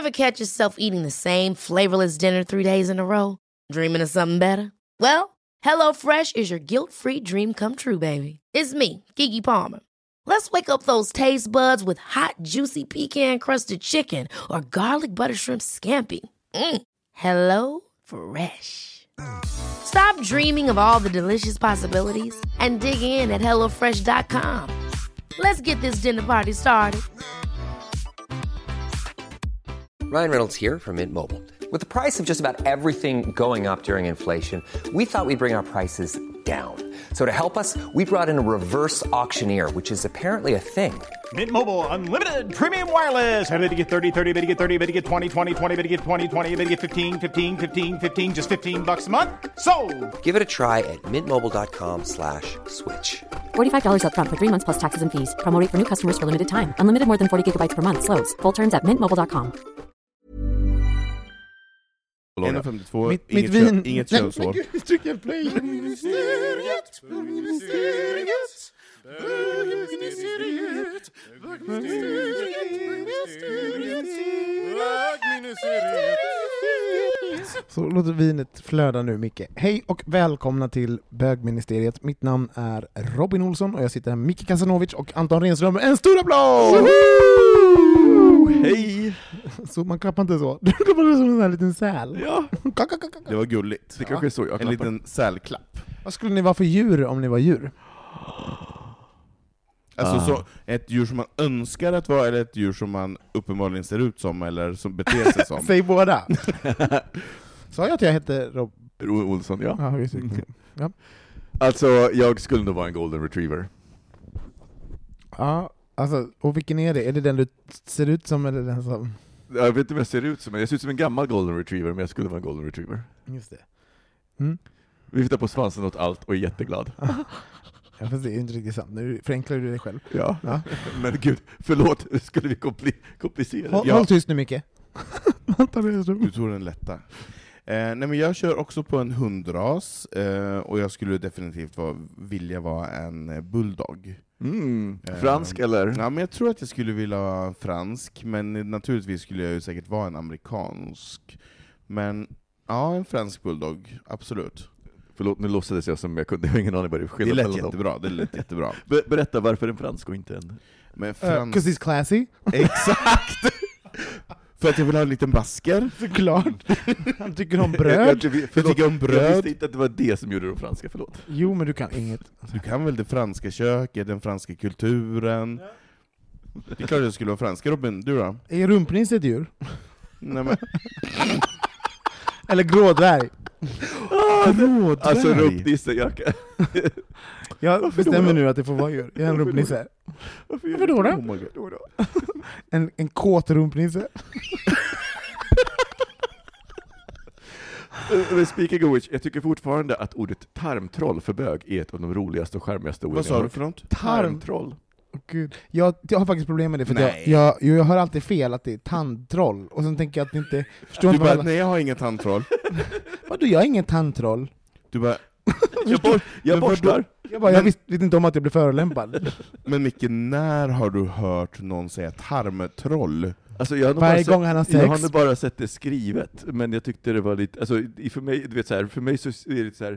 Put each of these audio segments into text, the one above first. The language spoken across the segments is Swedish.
Ever catch yourself eating the same flavorless dinner 3 days in a row? Dreaming of something better? Well, HelloFresh is your guilt-free dream come true, baby. It's me, Keke Palmer. Let's wake up those taste buds with hot, juicy pecan-crusted chicken or garlic butter shrimp scampi. Hello Fresh. Stop dreaming of all the delicious possibilities and dig in at HelloFresh.com. Let's get this dinner party started. Ryan Reynolds here from Mint Mobile. With the price of just about everything going up during inflation, we thought we'd bring our prices down. So to help us, we brought in a reverse auctioneer, which is apparently a thing. Mint Mobile Unlimited Premium Wireless. How to get 30, 30, bit to get 30, bit to get 20, 20, 20, bit to get 20, 20, bit to get 15, 15, 15, 15, just $15 a month? Sold! Give it a try at mintmobile.com/switch. $45 up front for 3 months plus taxes and fees. Promo rate for new customers for limited time. Unlimited more than 40 gigabytes per month. Slows full terms at mintmobile.com. 1,52. Mitt vin. Inget könshår. Nej, gud, tryck jag play. Så låter vinet flöda nu, Micke. Hej och välkomna till Bögministeriet. Mitt namn är Robin Olsson och jag sitter här med Micke Kasanovic och Anton Renström. En stor applåd! Hej! Så man klappar inte så. Du klappar som en sån här liten säl. Ja, det var gulligt. Det kanske är så jag En klappar. liten sälklapp. Vad skulle ni vara för djur om ni var djur? Alltså så ett djur som man önskar att vara, eller ett djur som man uppenbarligen ser ut som, eller som beter sig som. Säg båda. Sa jag att jag hette Rob? Olsson, ja. Ja, visst. Ja. Alltså, jag skulle nog vara en golden retriever. Ja, alltså, och vilken är det? Är det den du ser ut som eller den som... Jag vet inte vad jag ser ut som. Jag ser ut som en gammal golden retriever, men jag skulle vara en golden retriever. Just det. Mm. Vi tittar på svansen åt allt och är jätteglad. Ja, fast det är inte riktigt sant. Nu förenklar du dig själv. Ja. Men gud, förlåt. Skulle vi komplicera? Håll tyst nu, Micke. Du tog den lätta. Nej, men jag kör också på en hundras, och jag skulle definitivt vilja vara en bulldog. Fransk eller? Ja, men jag tror att jag skulle vilja vara fransk, men naturligtvis skulle jag ju säkert vara en amerikansk. Men ja, en fransk bulldog, absolut. Förlåt, nu låtsades jag som jag kunde. Jag har ingen aning vad det är för skillnad. Det lät jättebra. Berätta varför en fransk och inte en... Men fransk... 'Cause he's classy. Exakt! För att jag vill ha en liten basker. Såklart. Han tycker om bröd. Jag tycker om bröd. Jag visste inte att det var det som gjorde de franska, förlåt. Jo, men du kan inget. Du kan väl det franska köket, den franska kulturen. Det är klart att jag skulle vara fransk. Robin, du då? Är rumpnisse ett djur? Nej, men... Eller grådvärg? Alltså rumpnisse, Jag bestämmer nu att det får vara djur. Jag är en rumpnisse. Varför då? Oh my God. En kåt rumpnisse. Men speaking of which, jag tycker fortfarande att ordet tarmtroll för bög är ett av de roligaste och charmigaste orden. Vad sa du för något? Tarmtroll. Gud. Jag har faktiskt problem med det, för att jag hör alltid fel att det är tandtroll. Och sen tänker jag att det inte... Du bara, nej, jag har ingen tandtroll. Vadå, jag är ingen tandtroll. Du bara... jag borstar. Jag vet inte om att jag blir förolämpad. Men Micke, när har du hört någon säga tarmtroll? Alltså jag Varje gång han har sex. Jag har nog bara sett det skrivet, men jag tyckte det var lite, alltså för mig, du vet så här, för mig så är det lite så här,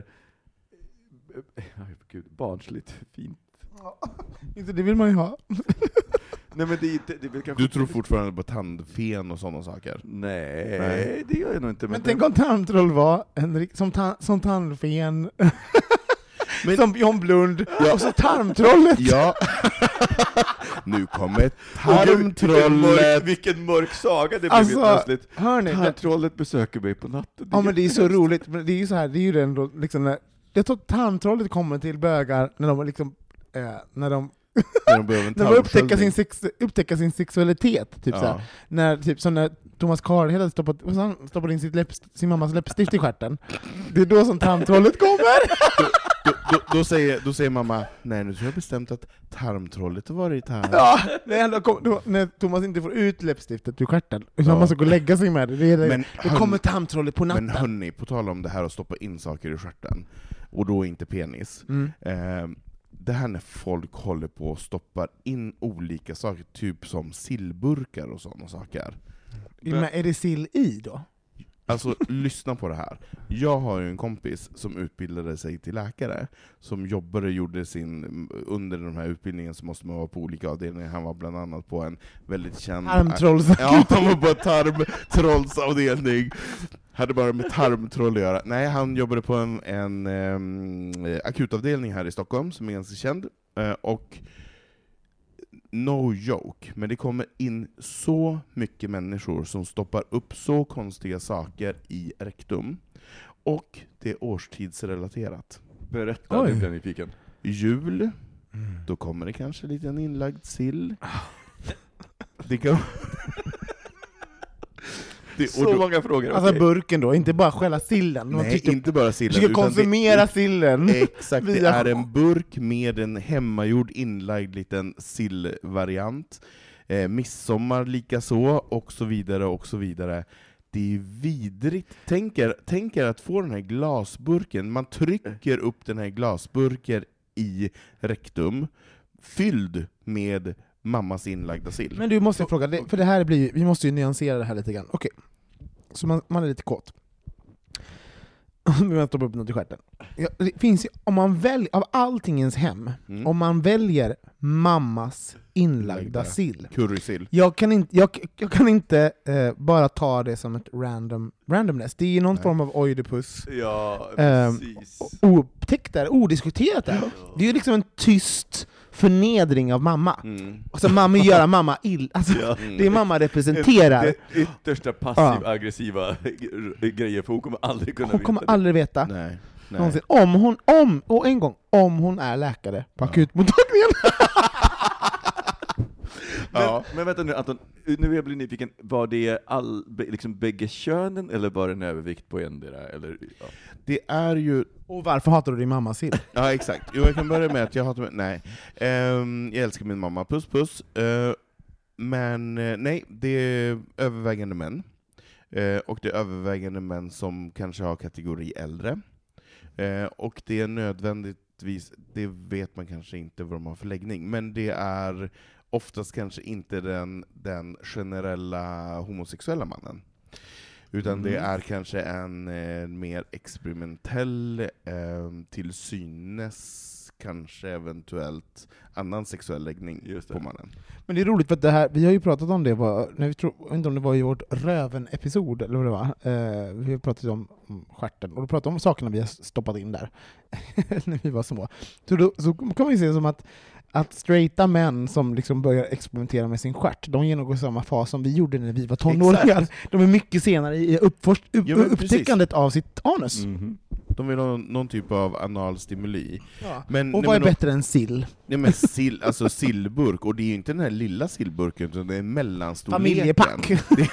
gud, barnsligt fint. Inte det vill man ju ha. Nej, men det kanske... Du tror fortfarande på tandfen och sådana saker? Nej, det gör jag nog inte. Men tänk om tandtroll var som tandfen. Men, som John Blund. Ja. Och så tarmtrollet. Ja. Nu kommer tarmtrollet. Vilken mörk saga det alltså, blev plötsligt. Hörni, tarmtrollet besöker mig på natten. Ja, men det är så roligt. Det är ju så här, det är ju den liksom när jag tror tarmtrollet kommer till bögar när de liksom när de upptäcka sin sexualitet typ, ja. Så här. När typ som när Thomas Karlhed stoppade in sin mammas läppstift i stjärten. Det är då som tarmtrollet kommer. Då säger mamma, nej, nu har jag bestämt att tarmtrollet har varit här. Ja, när Thomas inte får ut läppstiftet ur stjärten, så man ska gå och lägga sig med det. Då kommer tarmtrollet på natten. Men hörni, på tal om det här att stoppa in saker i stjärten, och då inte penis. Det här när folk håller på och stoppar in olika saker, typ som sillburkar och sådana saker. Men är det sill i då? Alltså, lyssna på det här. Jag har ju en kompis som utbildade sig till läkare, som gjorde under den här utbildningen så måste man vara på olika avdelningar. Han var bland annat på en väldigt känd... Tarmtrollsavdelning. Ja, han var på en tarmtrollsavdelning. Hade bara med tarmtroll att göra. Nej, han jobbade på en akutavdelning här i Stockholm som är ganska känd. Och no joke, men det kommer in så mycket människor som stoppar upp så konstiga saker i rektum. Och det är årstidsrelaterat. Berätta, nu blir jag nyfiken. Jul, då kommer det kanske lite en inlagd sill. Det kan... Så många frågor. Alltså burken då, inte bara själva sillen. Nej, inte bara sillen. Du ska konsumera sillen. Exakt, det är en burk med en hemmagjord inlagd liten sillvariant. Midsommar lika så, och så vidare, och så vidare. Det är vidrigt. Tänk er att få den här glasburken. Man trycker upp den här glasburken i rektum, fylld med mammas inlagda sill. Men du måste fråga, för det här blir, vi måste ju nyansera det här lite grann. Okej, så man är lite kåt. Vi stoppar upp något i stjärten. Det finns ju, om man väljer, av alltingens hem, om man väljer mammas inlagda sill. Currysill. Jag kan inte bara ta det som ett randomness. Det är ju någon form av oidipus. Ja, precis. Upptäckt där, odiskuterat där. Det är ju liksom en tyst förnedring av mamma. Och så mamma gör mamma ill. Alltså, det är mamma representerar. Det yttersta passiv-aggressiva grejer, för hon kommer aldrig kunna veta. Hon kommer aldrig veta. Nej. Någonsin. Om hon är läkare på akutmottagningen. Men vänta nu Anton, nu jag blir nyfiken, var det liksom bägge könen eller var det en övervikt på endera? Eller, ja. Det är ju... Och varför hatar du din mamma sill? Ja, exakt. Jo, jag kan börja med att jag hatar... Nej. Jag älskar min mamma, puss. Men nej, det är övervägande män. Och det är övervägande män som kanske har kategori äldre. Och det är nödvändigtvis, det vet man kanske inte vad de har för läggning, men det är oftast kanske inte den generella homosexuella mannen. Utan det är kanske en mer experimentell, till synes kanske eventuellt annan sexuell läggning på mannen. Men det är roligt för att det här, vi har ju pratat om det, när jag vet inte om det var i vårt Röven-episod eller vad det var. Vi har pratat om stjärten och då pratade om sakerna vi har stoppat in där när vi var små. Så kan man ju se som att straighta män som liksom börjar experimentera med sin stjärt, de genomgår samma fas som vi gjorde när vi var tonåringar. Exakt. De är mycket senare i upptäckandet av sitt anus. Mm-hmm. De vill ha någon typ av analstimuli. Ja. Och vad är bättre än sill? Nej, men sill, alltså sillburk, och det är ju inte den här lilla sillburken, utan det är mellanstorleken. Familjepack.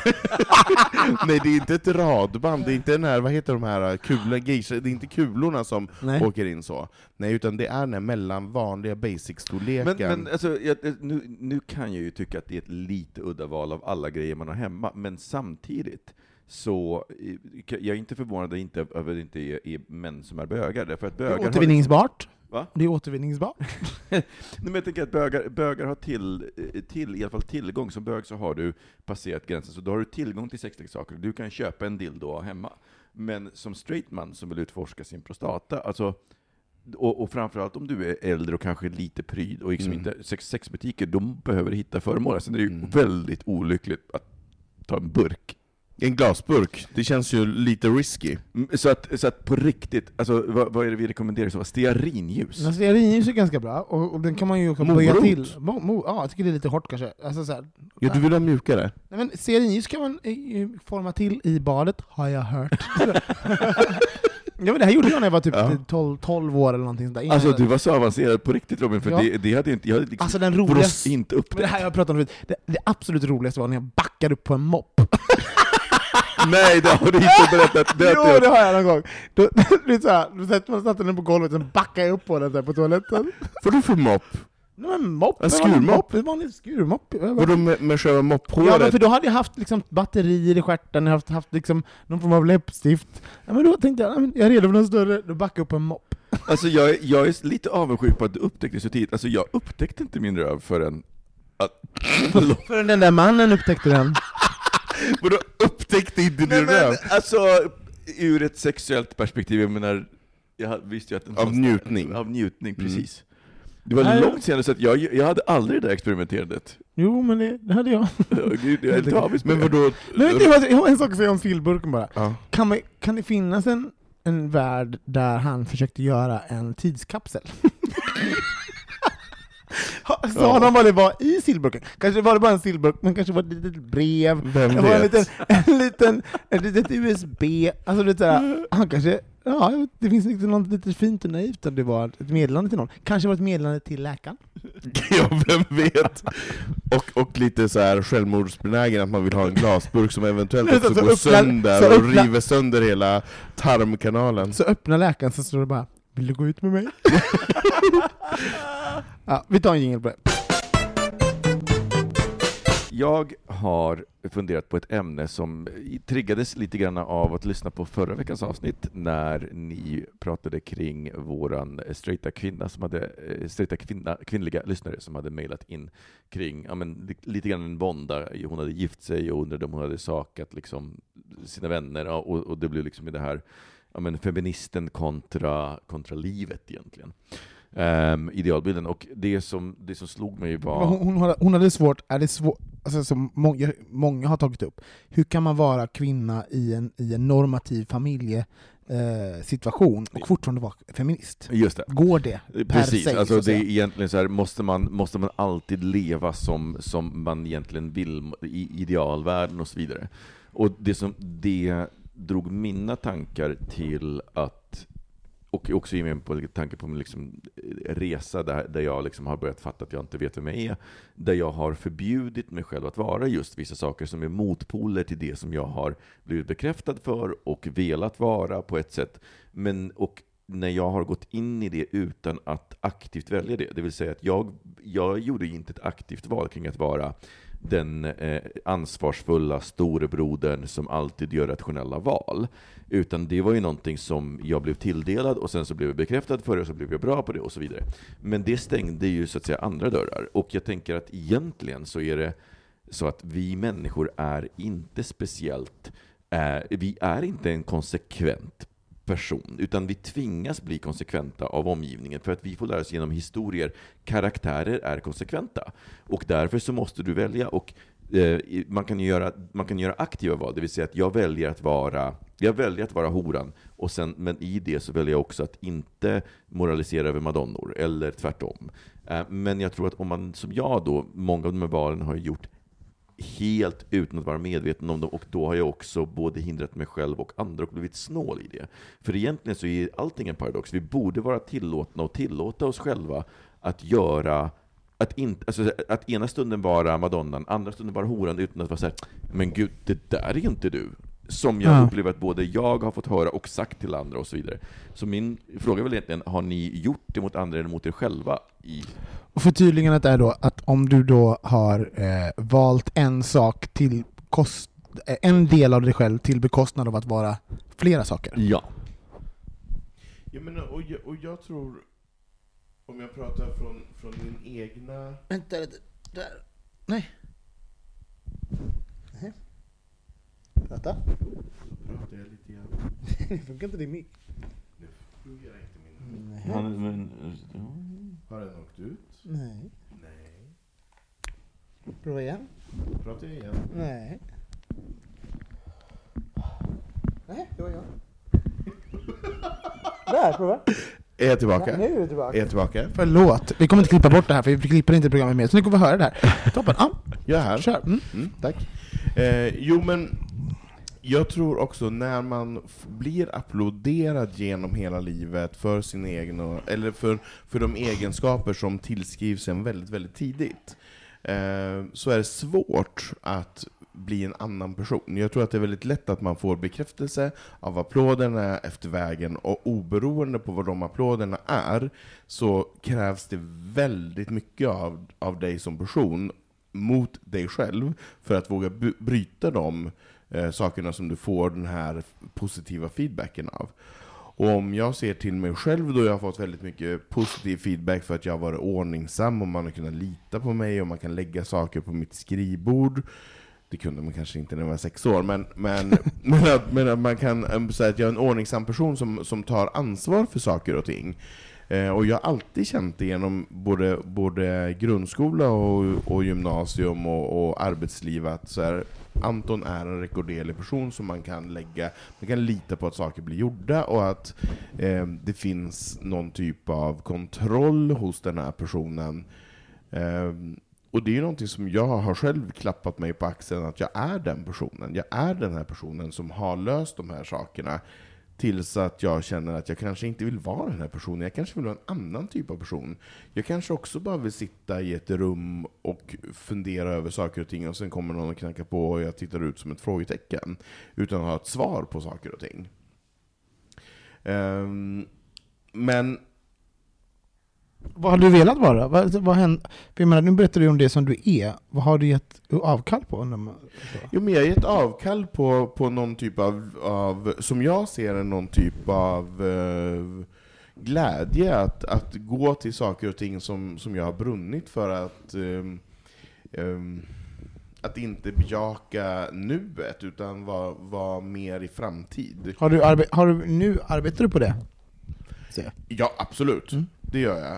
Nej, det är inte ett radband, det är inte den här, vad heter de här kulorna, det är inte kulorna som åker in så. Nej, utan det är den här mellan vanliga basic-storleken. Men alltså, nu kan jag ju tycka att det är ett lite udda val av alla grejer man har hemma, men samtidigt så jag är inte förvånad över att det inte är män som är bögar. Därför att bögar det är återvinningsbart. Va? Det är återvinningsbart. Nej, men jag tänker att bögar har till i alla fall tillgång. Som bög så har du passerat gränsen, så då har du tillgång till sexleksaker. Du kan köpa en dildo hemma. Men som straight man som vill utforska sin prostata, alltså, och framförallt om du är äldre och kanske lite pryd och liksom inte sexbutiker, de behöver hitta föremål. Sen är det ju väldigt olyckligt att ta en burk. En glasburk, det känns ju lite risky. Så att på riktigt, alltså, vad är det vi rekommenderar? Så stearinljus? Stearinljus är ganska bra, och den kan man ju böja till. Ja, jag tycker det är lite hårt kanske. Alltså, så här, ja, du vill ha mjukare? Nej, men stearinljus kan man forma till i badet, har jag hört. Ja, men det här gjorde jag när jag var typ 12 år eller någonting sånt där. Alltså du var så avancerad på riktigt, Robin, för det hade inte, jag hade liksom, alltså, den roligaste, inte upptäckt. Det här jag pratade om, det absolut roligaste var när jag backade upp på en mopp. Nej, det har du inte berättat. Jo, det har jag någon gång. Då satte den på golvet och backade upp på den där på toaletten. Vad är det för mopp? En skurmopp? En vanlig skurmopp. Vadå med själva mopphåret? Ja, men för då hade jag haft liksom batterier i stjärten, jag haft liksom någon form av läppstift. Ja, men då tänkte jag är redo för någon större, då backade upp en mopp. Alltså jag är lite avundsjuk på att du upptäckte så tidigt. Alltså jag upptäckte inte min röv förrän förrän den där mannen upptäckte den. Och då upptäckte inte du röv? Alltså, ur ett sexuellt perspektiv, jag menar, jag visste ju att av njutning. Av njutning, precis. Det var långt senare så att jag hade aldrig det där experimenterandet. Jo, men det hade jag. Gud, jag är inte avis. Men vadå? Jag har en sak att säga om filburken bara. Ja. Kan det finnas en värld där han försökte göra en tidskapsel? Sa han vad det var i silburken? Kanske var det bara en silburk, men kanske var det ett litet brev. Vem det var vet? ett litet USB. Alltså det såhär, han kanske, ja, det finns inte något lite fint och naivt att det var ett meddelande till någon. Kanske var ett meddelande till läkaren. Ja, vem vet? Och lite så här självmordsbenägen att man vill ha en glasburk som eventuellt också går sönder och river sönder hela tarmkanalen. Så öppnar läkaren, så står det bara: vill du gå ut med mig? Ja, vi tar en jingle på det. Jag har funderat på ett ämne som triggades lite grann av att lyssna på förra veckans avsnitt när ni pratade kring våran kvinnliga lyssnare som hade mejlat in kring lite grann en vånda. Hon hade gift sig och undrade om hon hade sakat liksom sina vänner, och det blev liksom i det här feministen kontra livet egentligen. Idealbilden, och det som slog mig var hon hade svårt, alltså, som många har tagit upp, hur kan man vara kvinna i en normativ familjesituation och fortfarande vara feminist? Just det. Går det? Precis, sig, alltså det är egentligen så här, måste man alltid leva som man egentligen vill i idealvärlden och så vidare. Och det drog mina tankar till att, och också ge mig på tanke på min liksom resa där jag liksom har börjat fatta att jag inte vet vem jag är, där jag har förbjudit mig själv att vara just vissa saker som är motpoler till det som jag har blivit bekräftad för och velat vara på ett sätt. Och när jag har gått in i det utan att aktivt välja det vill säga att jag gjorde inte ett aktivt val kring att vara den ansvarsfulla storebrodern som alltid gör rationella val, utan det var ju någonting som jag blev tilldelad och sen så blev jag bekräftad för det och så blev jag bra på det och så vidare. Men det stängde ju så att säga andra dörrar, och jag tänker att egentligen så är det så att vi människor är inte speciellt, vi är inte en konsekvent person, utan vi tvingas bli konsekventa av omgivningen för att vi får lära oss genom historier. Karaktärer är konsekventa, och därför så måste du välja, och man kan göra aktiva val, det vill säga att jag väljer att vara horan, och sen, men i det så väljer jag också att inte moralisera över madonnor eller tvärtom. Men jag tror att om man som jag då, många av de här valen har gjort helt utan att vara medveten om dem, och då har jag också både hindrat mig själv och andra och blivit snål i det. För egentligen så är allting en paradox. Vi borde vara tillåtna och tillåta oss själva att göra, att ena stunden vara madonnan, andra stunden vara horan, utan att vara så här: men gud, det där är inte du. Som jag upplever att både jag har fått höra och sagt till andra och så vidare. Så min fråga är väl egentligen, har ni gjort det mot andra eller mot er själva? Och förtydligandet är då att om du då har valt en sak till en del av dig själv till bekostnad av att vara flera saker. Ja. Jag menar, och jag tror, om jag pratar från min egna... Vänta, där. Nej. Vänta. Pratar jag lite grann. Det funkar inte, det mick. Det fungerar inte min... Har den åkt ut? Nej. Nej. Prova igen. Pratar jag igen? Nej. Nej, det var jag. Där, prova. Är jag tillbaka? Ja, nu är du tillbaka. Är jag tillbaka? Förlåt, vi kommer inte klippa bort det här, för vi klipper inte programmet med, så nu kommer vi höra det här. Toppen, ja. Jag är här. Kör. Tack. Jo, men jag tror också när man blir applåderad genom hela livet för sin egen, eller för de egenskaper som tillskrivs en väldigt, väldigt tidigt, så är det svårt att bli en annan person. Jag tror att det är väldigt lätt att man får bekräftelse av applåderna efter vägen, och oberoende på vad de applåderna är så krävs det väldigt mycket av dig som person mot dig själv för att våga bryta de sakerna som du får den här positiva feedbacken av. Och om jag ser till mig själv, då jag har fått väldigt mycket positiv feedback för att jag har varit ordningsam och man har kunnat lita på mig och man kan lägga saker på mitt skrivbord. det kunde man kanske inte när man var 6 år, men att man kan säga att jag är en ordningsam person som tar ansvar för saker och ting. Och jag har alltid känt det genom både grundskola och gymnasium och arbetsliv att så här, Anton är en rekorderlig person som man kan lita på att saker blir gjorda och att det finns någon typ av kontroll hos den här personen. Och det är ju någonting som jag har själv klappat mig på axeln, att jag är den personen. Jag är den här personen som har löst de här sakerna tills att jag känner att jag kanske inte vill vara den här personen. Jag kanske vill vara en annan typ av person. Jag kanske också bara vill sitta i ett rum och fundera över saker och ting och sen kommer någon och knackar på och jag tittar ut som ett frågetecken utan att ha ett svar på saker och ting. Men vad har du velat vara? Vad händer? För jag menar, nu berättar du om det som du är. Vad har du gett avkall på? Jo, men jag har gett avkall på någon typ av som jag ser någon typ av glädje att gå till saker och ting som jag har brunnit för att inte bejaka nuet utan vara mer i framtid. Arbetar du på det? Ja, absolut. Det gör jag.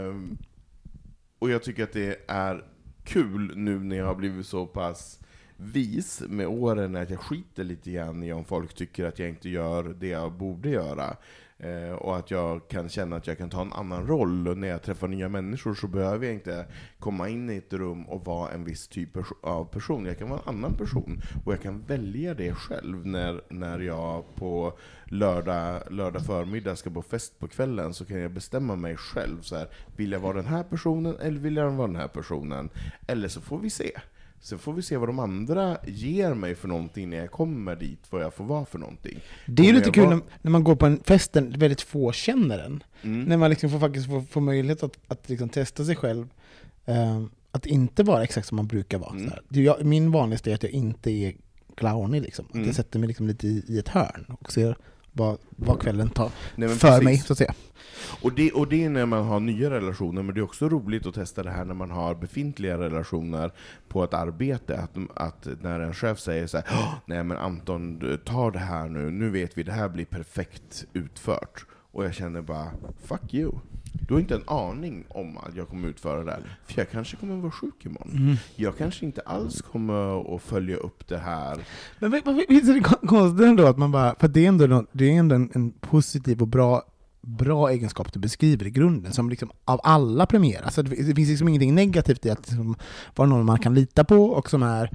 Och jag tycker att det är kul nu när jag har blivit så pass vis med åren att jag skiter lite grann i om folk tycker att jag inte gör det jag borde göra. Och att jag kan känna att jag kan ta en annan roll. Och när jag träffar nya människor så behöver jag inte komma in i ett rum och vara en viss typ av person. Jag kan vara en annan person och jag kan välja det själv. När jag på lördag förmiddag ska på fest på kvällen så kan jag bestämma mig själv så här, vill jag vara den här personen eller vill jag vara den här personen? Eller så får vi se. Sen får vi se vad de andra ger mig för någonting när jag kommer dit, vad jag får vara för någonting. Det är ju lite kul när man går på en fest där väldigt få känner den. När man liksom får möjlighet att liksom testa sig själv. Att inte vara exakt som man brukar vara. Min vanligaste är att jag inte är clownig. Liksom. Att jag sätter mig liksom lite i ett hörn och ser vad kvällen tar för mig, så att säga. Och det är när man har nya relationer, men det är också roligt att testa det här när man har befintliga relationer på ett arbete, att när en chef säger så här, nej men Anton, ta det här nu vet vi, det här blir perfekt utfört. Och jag känner bara, fuck you. Du har inte en aning om att jag kommer utföra det här. För jag kanske kommer vara sjuk imorgon. Jag kanske inte alls kommer att följa upp det här. Men visst är det konstigt ändå att man bara, för det är ändå en positiv och bra egenskap du beskriver i grunden som liksom av alla premieras. Alltså det finns liksom ingenting negativt i att liksom vara någon man kan lita på och som är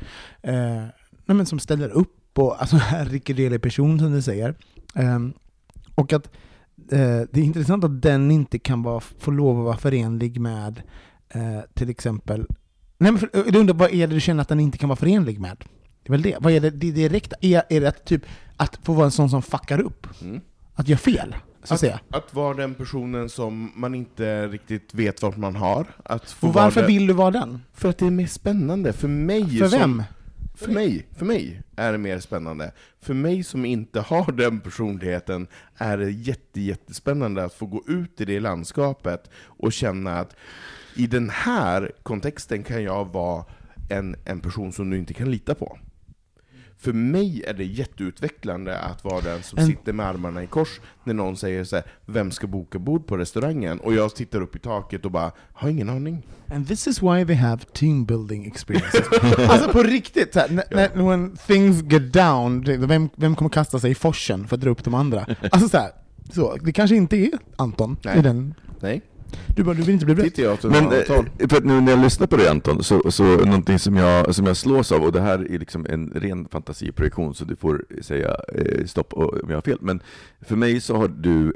som ställer upp och alltså en riktig person som du säger. Och att det är intressant att den inte kan få lov att vara förenlig med till exempel. Nej, men jag undrar, vad är det du känner att den inte kan vara förenlig med? Det är väl det. Vad är det direkt? Är det att typ att få vara en sån som fuckar upp? Att göra fel? Att vara den personen som man inte riktigt vet vart man har. Och varför vill du vara den? För att det är mer spännande. För mig. För vem? För mig är det mer spännande. För mig som inte har den personligheten är det jättespännande att få gå ut i det landskapet och känna att i den här kontexten kan jag vara en person som du inte kan lita på. För mig är det jätteutvecklande att vara den som sitter med armarna i kors när någon säger så här, vem ska boka bord på restaurangen? Och jag tittar upp i taket och bara, har ingen aning. And this is why they have team building experiences. Alltså på riktigt, så här, when things get down, vem kommer kasta sig i forsen för att dra upp de andra? Alltså så det kanske inte är Anton. Nej. I den. Nej. Du vill inte bli rätt. Men för nu när jag lyssnar på dig, Anton, så någonting som jag slås av, och det här är liksom en ren fantasiprojektion, så du får säga stopp om jag har fel, men för mig så har du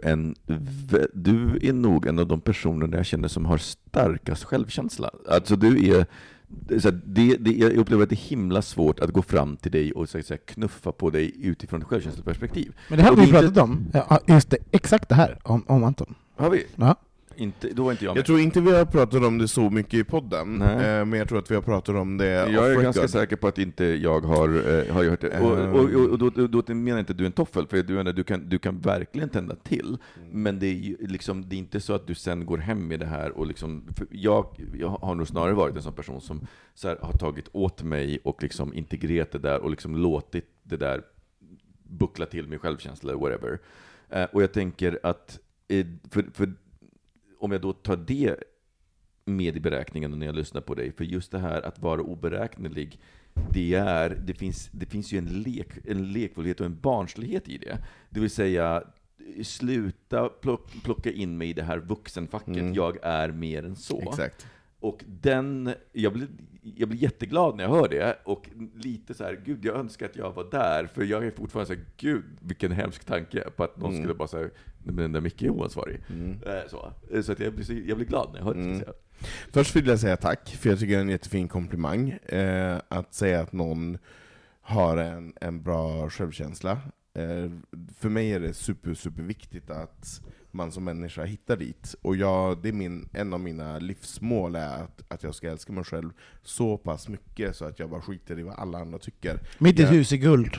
är nog en av de personer jag känner som har starkast självkänsla. Alltså du är så jag upplever att det är himla svårt att gå fram till dig och så att säga, knuffa på dig utifrån ett självkänsloperspektiv. Men det här har vi pratat om. Ja, just det, exakt det här om Anton. Har vi? Ja. Då var inte jag med. Jag tror inte vi har pratat om det så mycket i podden, men jag tror att vi har pratat om det. Jag är ganska säker på att inte jag har hört det. Och då menar jag inte att du är en toffel, för du kan verkligen tända till. Men det är ju liksom, det är inte så att du sen går hem med det här och liksom, jag har nog snarare varit en sån person som så här, har tagit åt mig och liksom integrerat det där och liksom låtit det där buckla till min självkänsla eller whatever. Och jag tänker att för om jag då tar det med i beräkningen när jag lyssnar på dig, för just det här att vara oberäknelig, det finns ju en lekfullhet och en barnslighet i det. Det vill säga, sluta plocka in mig i det här vuxenfacket. Jag är mer än så. Exakt. Och jag blir jätteglad när jag hör det, och lite så här, gud, jag önskar att jag var där, för jag är fortfarande så här, gud, vilken hemsk tanke på att någon skulle bara säga, men den där Micke är oansvarig. Så att jag blir glad när jag hör det. Först vill jag säga tack, för jag tycker det är en jättefin komplimang att säga att någon har en bra självkänsla. För mig är det super viktigt att man som människa hittar dit. Och det är en av mina livsmål är att jag ska älska mig själv så pass mycket så att jag bara skiter i vad alla andra tycker. Mitt i ett hus i guld.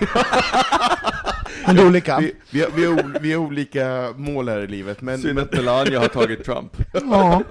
Men det är olika. Vi har olika mål här i livet. Synd att Melania har tagit Trump. Ja.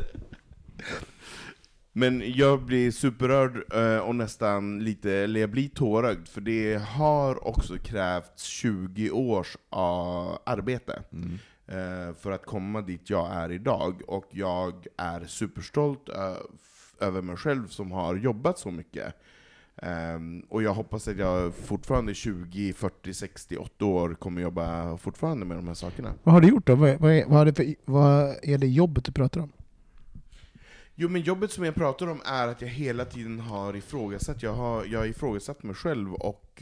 Men jag blir superrörd och nästan eller jag blir tårögd, för det har också krävts 20 års arbete för att komma dit jag är idag. Och jag är superstolt över mig själv som har jobbat så mycket. Och jag hoppas att jag fortfarande 20, 40, 60, 80 år kommer jobba fortfarande med de här sakerna. Vad har du gjort då? Vad är det jobbet du pratar om? Jo, men jobbet som jag pratar om är att jag hela tiden har ifrågasatt. Jag har ifrågasatt mig själv och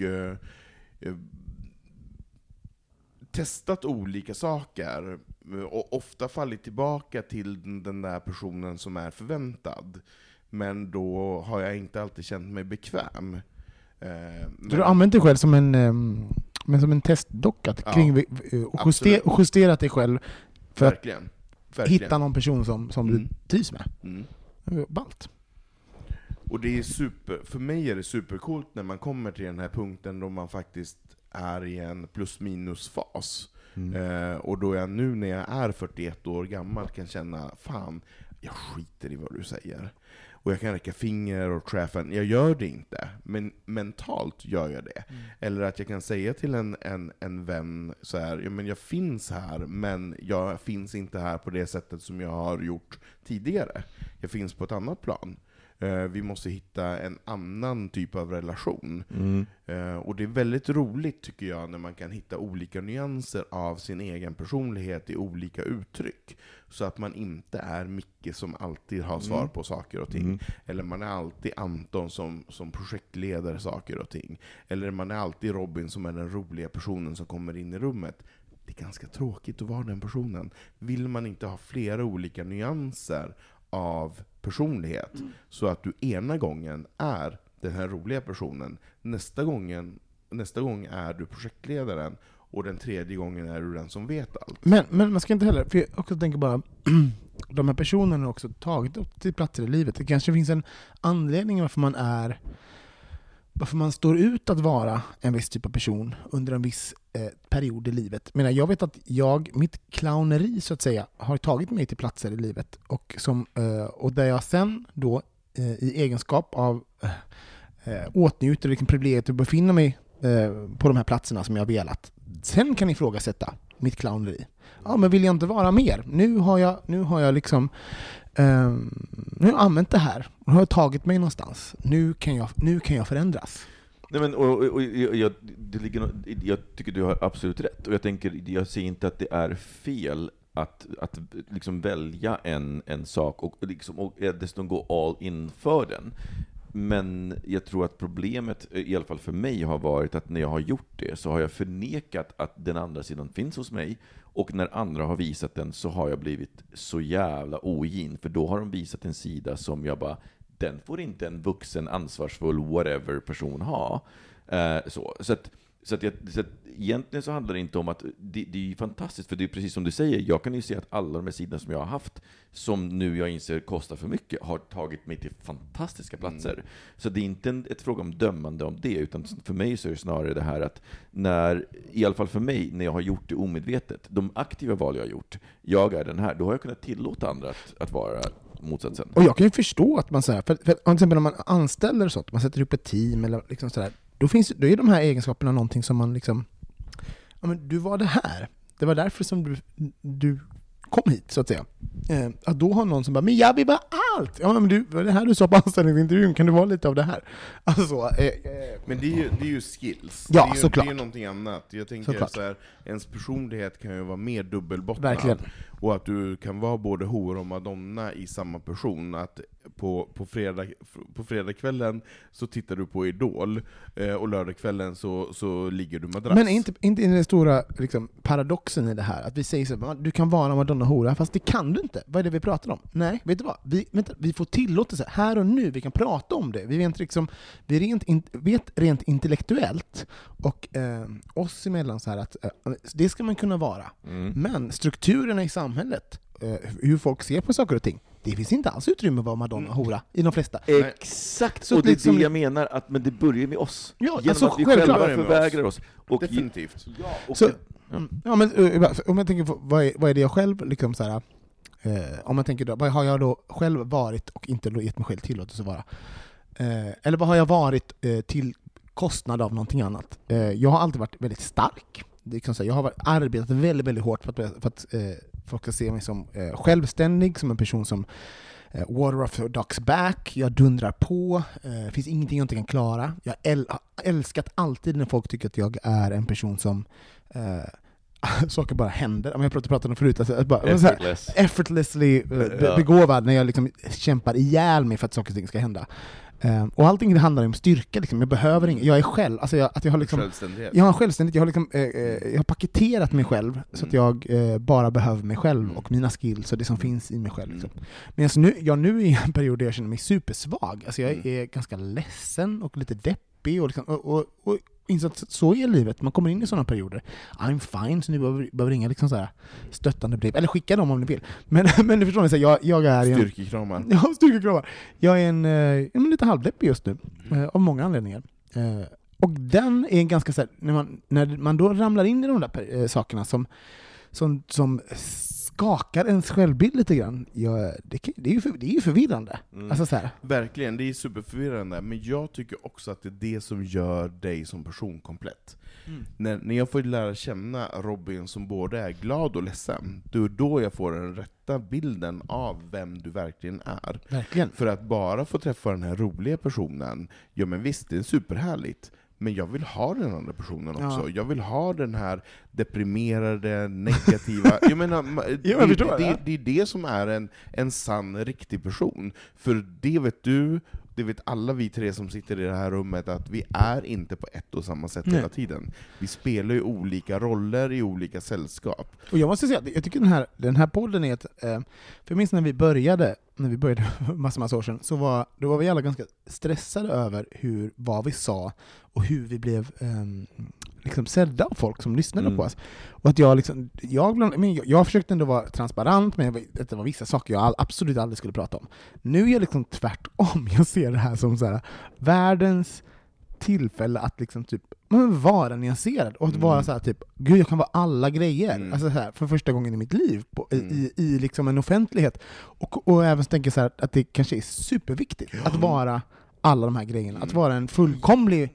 testat olika saker. Och ofta fallit tillbaka till den där personen som är förväntad. Men då har jag inte alltid känt mig bekväm. Du har använt dig själv som en testdocka kring och justerat dig själv för Verkligen. hitta någon person som du trivs med. Ballt. Och det är för mig är det supercoolt när man kommer till den här punkten då man faktiskt är i en plus-minus-fas. Och då jag nu när jag är 41 år gammal kan känna, fan, jag skiter i vad du säger. Och jag kan räcka finger och träffen. Jag gör det inte, men mentalt gör jag det. Eller att jag kan säga till en vän så här, ja, men jag finns här, men jag finns inte här på det sättet som jag har gjort tidigare. Jag finns på ett annat plan. Vi måste hitta en annan typ av relation. Och det är väldigt roligt tycker jag när man kan hitta olika nyanser av sin egen personlighet i olika uttryck. Så att man inte är Micke som alltid har svar på saker och ting. Eller man är alltid Anton som projektleder saker och ting. Eller man är alltid Robin som är den roliga personen som kommer in i rummet. Det är ganska tråkigt att vara den personen. Vill man inte ha flera olika nyanser av personlighet så att du ena gången är den här roliga personen, nästa gång är du projektledaren och den tredje gången är du den som vet allt. Men man ska inte heller, för jag också tänker bara de här personerna har också tagit upp till platser i livet. Det kanske finns en anledning varför man står ut att vara en viss typ av person under en viss period i livet. Men jag vet att mitt clowneri så att säga har tagit mig till platser i livet och där jag sen då i egenskap av åtnjuter vilken privilegiet att befinna mig på de här platserna som jag har velat. Sen kan ifrågasätta mitt clowneri. Ja, men vill jag inte vara mer? Nu har jag liksom nu har jag använt det här. Nu har jag tagit mig någonstans. Nu kan jag förändras. Nej, men jag tycker du har absolut rätt. Och jag ser inte att det är fel att liksom välja en sak och dessutom gå all in för den. Men jag tror att problemet, i alla fall för mig, har varit att när jag har gjort det så har jag förnekat att den andra sidan finns hos mig. Och när andra har visat den så har jag blivit så jävla ogin. För då har de visat en sida som jag bara, den får inte en vuxen, ansvarsfull, whatever person ha. Så att Så att egentligen så handlar det inte om att det är ju fantastiskt, för det är precis som du säger, jag kan ju se att alla de här sidorna som jag har haft, som nu jag inser kostar för mycket, har tagit mig till fantastiska platser. Så det är inte ett fråga om dömande om det, utan för mig så är det snarare det här att i alla fall för mig, när jag har gjort det omedvetet, de aktiva val jag har gjort, jag är den här, då har jag kunnat tillåta andra att vara motsatsen. Och jag kan ju förstå att man så här, för till exempel om man anställer sånt, man sätter upp ett team eller liksom så där, då är de här egenskaperna någonting som man liksom, ja men du var det här. Det var därför som du kom hit, så att säga. Att då har någon som bara, men jag vill vara allt! Ja men du, det här du sa på anställningsintervjun, kan du vara lite av det här? Alltså, men det är ju skills. Ja, det är ju, såklart. Det är ju någonting annat. Jag tänker Såklart. så här, ens personlighet kan ju vara mer dubbelbottnad. Verkligen. Och att du kan vara både hora och madonna i samma person. Att på fredagskvällen så tittar du på Idol, och lördagskvällen så ligger du madrass. Men inte den stora liksom, paradoxen i det här, att vi säger så här, du kan vara madonna hora, fast det kan du inte. Vad är det vi pratar om? Nej, vet du vad? Vi får tillåtelse här och nu, vi kan prata om det. Vi vet rent intellektuellt och oss emellan så här att det ska man kunna vara. Men strukturerna i samhället, hur folk ser på saker och ting, det finns inte alls utrymme att vara madonna hora i de flesta. Exakt, så och det är liksom, det jag menar, att men det börjar med oss. Ja, genom alltså, att vi självklart. själva förvägrar oss. Och definitivt. Ja, men om jag tänker på, vad är det jag själv liksom så här, om man tänker då, vad har jag då själv varit och inte gett mig själv tillåtelse att vara? Eller vad har jag varit till kostnad av någonting annat? Jag har alltid varit väldigt stark. Det kan säga, jag har arbetat väldigt, väldigt hårt för att folk ska se mig som självständig, som en person som water off the duck's back. Jag dundrar på. Det finns ingenting jag inte kan klara. Jag har älskat alltid när folk tycker att jag är en person som saker bara händer. Jag pratade om förut. Effortlessly begåvad när jag liksom kämpar ihjäl mig för att saker och ting ska hända. Och allting det handlar om styrka liksom. Jag behöver inget. Jag är själv, alltså jag har liksom jag har självständighet. Jag har liksom jag har paketerat mig själv så att jag bara behöver mig själv och mina skills och det som finns i mig själv liksom. Men alltså nu är en period där jag känner mig supersvag. Alltså jag är ganska ledsen och lite deppig och liksom, och inser att så är livet. Man kommer in i sådana perioder. I'm fine, så ni behöver ringa liksom så här stöttande brev. Eller skicka dem om ni vill. Men du förstår ni, så jag är styrkekramar. Ja, styrkekramar. Jag är en lite halvdeppig just nu. Av många anledningar. Och den är ganska så här, när man då ramlar in i de där sakerna som skakar ens självbild lite grann. Det är ju förvirrande. Alltså så här. Verkligen, det är superförvirrande. Men jag tycker också att det är det som gör dig som person komplett. När jag får lära känna Robin som både är glad och ledsen, då jag får den rätta bilden av vem du verkligen är. Verkligen. För att bara få träffa den här roliga personen, ja men visst, det är superhärligt. Men jag vill ha den andra personen också. Ja. Jag vill ha den här deprimerade, negativa... Jag menar, det är det som är en sann, riktig person. För det vet du, det vet alla vi tre som sitter i det här rummet, att vi är inte på ett och samma sätt hela tiden. Vi spelar ju olika roller i olika sällskap. Och jag måste säga att jag tycker den här podden är ett... För jag minns när vi började massa år sedan, då var vi alla ganska stressade över vad vi sa och hur vi blev liksom sedda av folk som lyssnade på oss. Och att jag försökte ändå vara transparent, men det var vissa saker jag absolut aldrig skulle prata om. Nu är jag liksom tvärtom. Jag ser det här som så här, världens tillfälle att liksom typ vara nyanserad och att vara så här typ, gud, jag kan vara alla grejer alltså så här, för första gången i mitt liv i liksom en offentlighet och även tänka så här att det kanske är superviktigt att vara alla de här grejerna, att vara en fullkomlig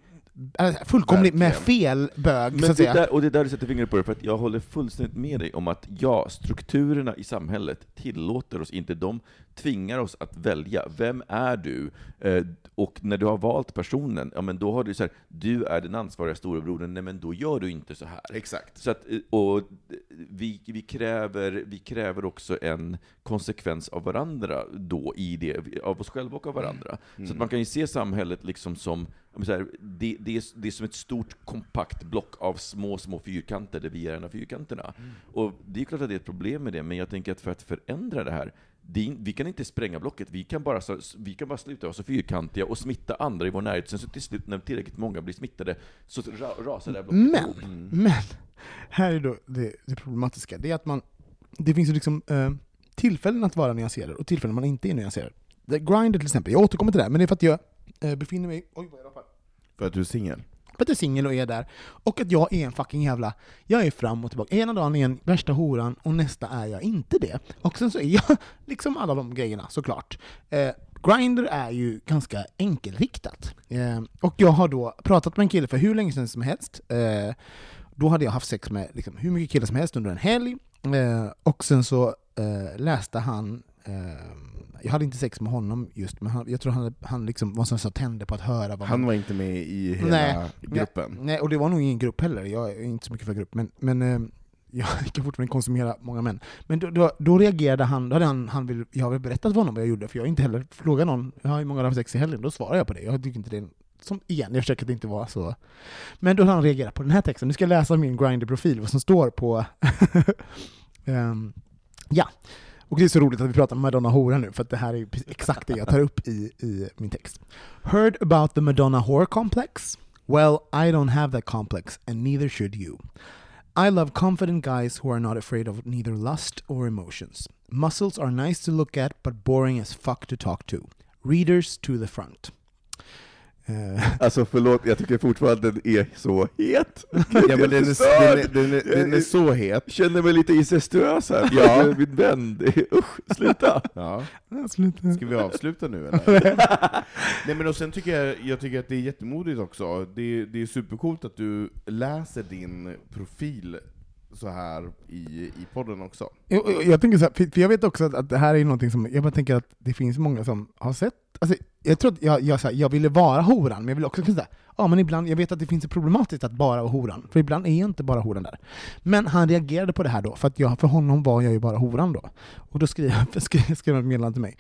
med fel bög. Men så att säga. Och det är där du sätter fingret på det, för att jag håller fullständigt med dig om att strukturerna i samhället tillåter oss inte, de tvingar oss att välja. Vem är du? Och när du har valt personen, ja men då har du så här, du är den ansvariga storebrodern, nej men då gör du inte så här. Exakt. Så att, och vi kräver också en konsekvens av varandra då i det, av oss själva och av varandra. Så att man kan ju se samhället liksom som så här, det är som ett stort kompakt block av små fyrkanter där vi är en av fyrkanterna. Och det är klart att det är ett problem med det, men jag tänker att för att förändra det här, vi kan inte spränga blocket, vi kan bara sluta vara så fyrkantiga och smitta andra i vår närhet. Sen så till slut, när tillräckligt många blir smittade, så rasar det här blocket. Men, här är då det problematiska. Det är att det finns ju liksom tillfällen att vara nyanserad och tillfällen man inte är nyanserad. Grindr till exempel, jag återkommer till det här, men det är för att jag befinner mig... Oj, vad är det? För att du är singel? För att jag är singel och är där. Och att jag är en fucking jävla... Jag är fram och tillbaka. Ena dagen är en värsta horan och nästa är jag inte det. Och sen så är jag liksom alla de grejerna, såklart. Grindr är ju ganska enkelriktat. Och jag har då pratat med en kille för hur länge sedan som helst. Då hade jag haft sex med liksom hur mycket killar som helst under en helg. Och sen så läste han... jag hade inte sex med honom just, men jag tror han liksom var så tände på att höra vad han var inte med i hela gruppen. Nej, och det var nog ingen grupp heller. Jag är inte så mycket för grupp, men jag kan fortfarande konsumera många män. Men då reagerade han, jag har väl berättat för honom vad jag gjorde, för jag har inte heller frågat någon, jag har ju många haft sex i helgen, då svarar jag på det. Jag tycker inte det som igen, jag försöker att det inte vara så. Men då har han reagerat på den här texten. Nu ska jag läsa min Grindr-profil, vad som står på ja. Och det är så roligt att vi pratar om Madonna Hora nu, för att det här är exakt det jag tar upp i min text. Heard about the Madonna Whore complex? Well, I don't have that complex, and neither should you. I love confident guys who are not afraid of neither lust or emotions. Muscles are nice to look at, but boring as fuck to talk to. Readers to the front. Alltså förlåt, jag tycker fortfarande den är så het. Ja, men den är så het. Känner mig lite incestuös här. Ja, min vän. Usch, sluta. Ja. Sluta. Ska vi avsluta nu eller? Nej, men och sen tycker jag att det är jättemodigt också. Det är supercoolt att du läser din profil så här i podden också. Jag tänker så här, för jag vet också att det här är någonting som jag bara tänker att det finns många som har sett. Alltså, jag tror att jag ville vara horan, men jag vill också kunna säga, men ibland, jag vet att det finns ett problematiskt att bara vara horan, för ibland är jag inte bara horan där. Men han reagerade på det här då, för att för honom var jag ju bara horan då. Och då skrev han ett meddelande till mig.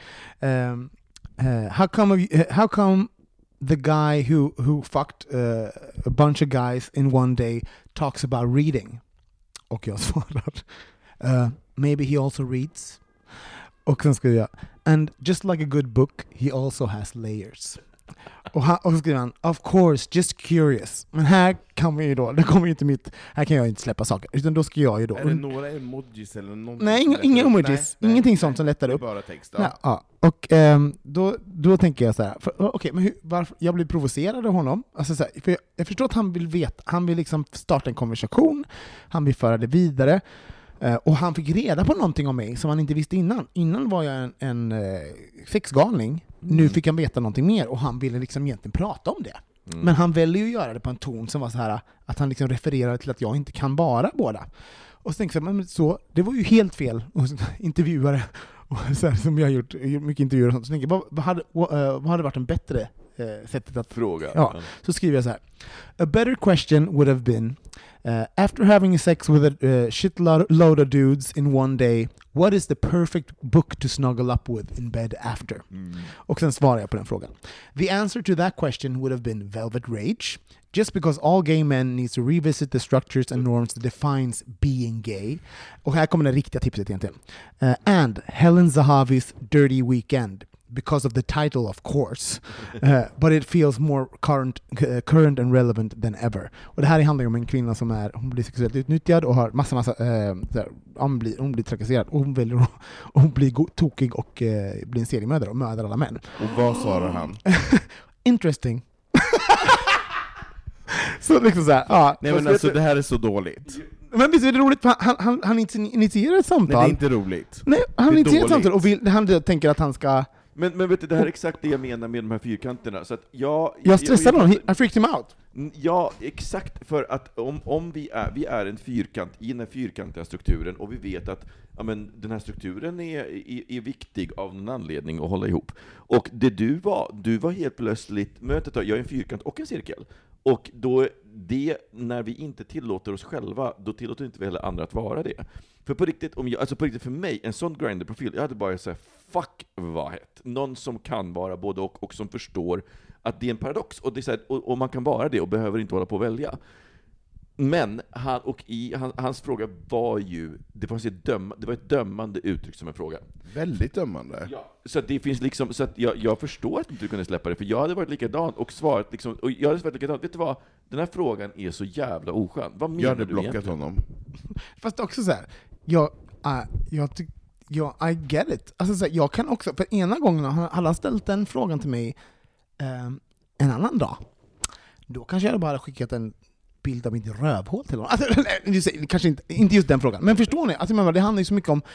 How come the guy who fucked a bunch of guys in one day talks about reading? Och jag svarar, maybe he also reads. Och sen skriver jag, and just like a good book, he also has layers. Och så skriver han, of course, just curious. Men här kan vi ju då, här kan jag inte släppa saker, utan då ska jag ju då... Är det några emojis eller någonting? Nej, inga emojis, ingenting sånt som lättar upp. Bara text, ja. Och då tänker jag så här, okej, men varför jag blir provocerad av honom? Alltså så här, för jag förstår att han vill liksom starta en konversation, han vill föra det vidare. Och han fick reda på någonting om mig som han inte visste innan. Innan var jag en sexgalning. Nu fick han veta någonting mer och han ville liksom egentligen prata om det. Men han väljer ju göra det på en ton som var så här att han liksom refererade till att jag inte kan vara båda. Och så tänkte jag, men så, det var ju helt fel. Och intervjuare och så här, som jag har gjort mycket intervjuer och sånt. Så tänkte jag, vad hade varit en bättre sättet att fråga? Ja, så skriver jag så här. A better question would have been after having sex with a shitload of dudes in one day, what is the perfect book to snuggle up with in bed after? Och sen svarar jag på den frågan. The answer to that question would have been Velvet Rage, just because all gay men need to revisit the structures and norms that defines being gay. Och här kommer det riktiga tipset egentligen. And Helen Zahavi's Dirty Weekend, because of the title, of course, but it feels more current and relevant than ever. Och det här handlar om en kvinna som hon blir sexuellt utnyttjad och har massa hon blir trakasserad och hon blir tokig och blir en seriemördare och mördar alla män. Och vad svarar han? Interesting. Så liksom så här, ja. Nej, men alltså det här är så dåligt. Men visst är det roligt, för han initierar ett samtal. Nej, det är inte roligt. Nej, han initierar ett samtal och han tänker att han ska... Men vet du, det här är exakt det jag menar med de här fyrkanterna. Så att jag stressade honom, I freaked him out. Ja, exakt, för att om vi är en fyrkant i den här fyrkantiga strukturen och vi vet att den här strukturen är viktig av någon anledning att hålla ihop. Och det du var helt plötsligt mötet, jag är en fyrkant och en cirkel. Och då när vi inte tillåter oss själva, då tillåter inte vi heller andra att vara det. För på riktigt, för mig, en sån Grindr-profil, jag hade bara sagt, fuck vad hett. Någon som kan vara både och som förstår att det är en paradox. Och, det är så här, och man kan vara det och behöver inte hålla på att välja. Men hans fråga var ju, det var ett dömande uttryck som en fråga. Väldigt dömande. Ja. Så att det finns liksom, så att jag förstår att inte du kunde släppa det, för jag hade varit likadan och svarat liksom, och jag hade varit likadant. Vet du vad? Den här frågan är så jävla oskön. Vad menar jag hade du blockat egentligen? honom. Fast också så här, I get it. Alltså så här, jag kan också, för ena gången hade han ställt den frågan till mig en annan dag. Då kanske jag bara skickat en bild av mitt rövhål till honom. Alltså, kanske inte just den frågan. Men förstår ni? Alltså, det handlar ju så mycket om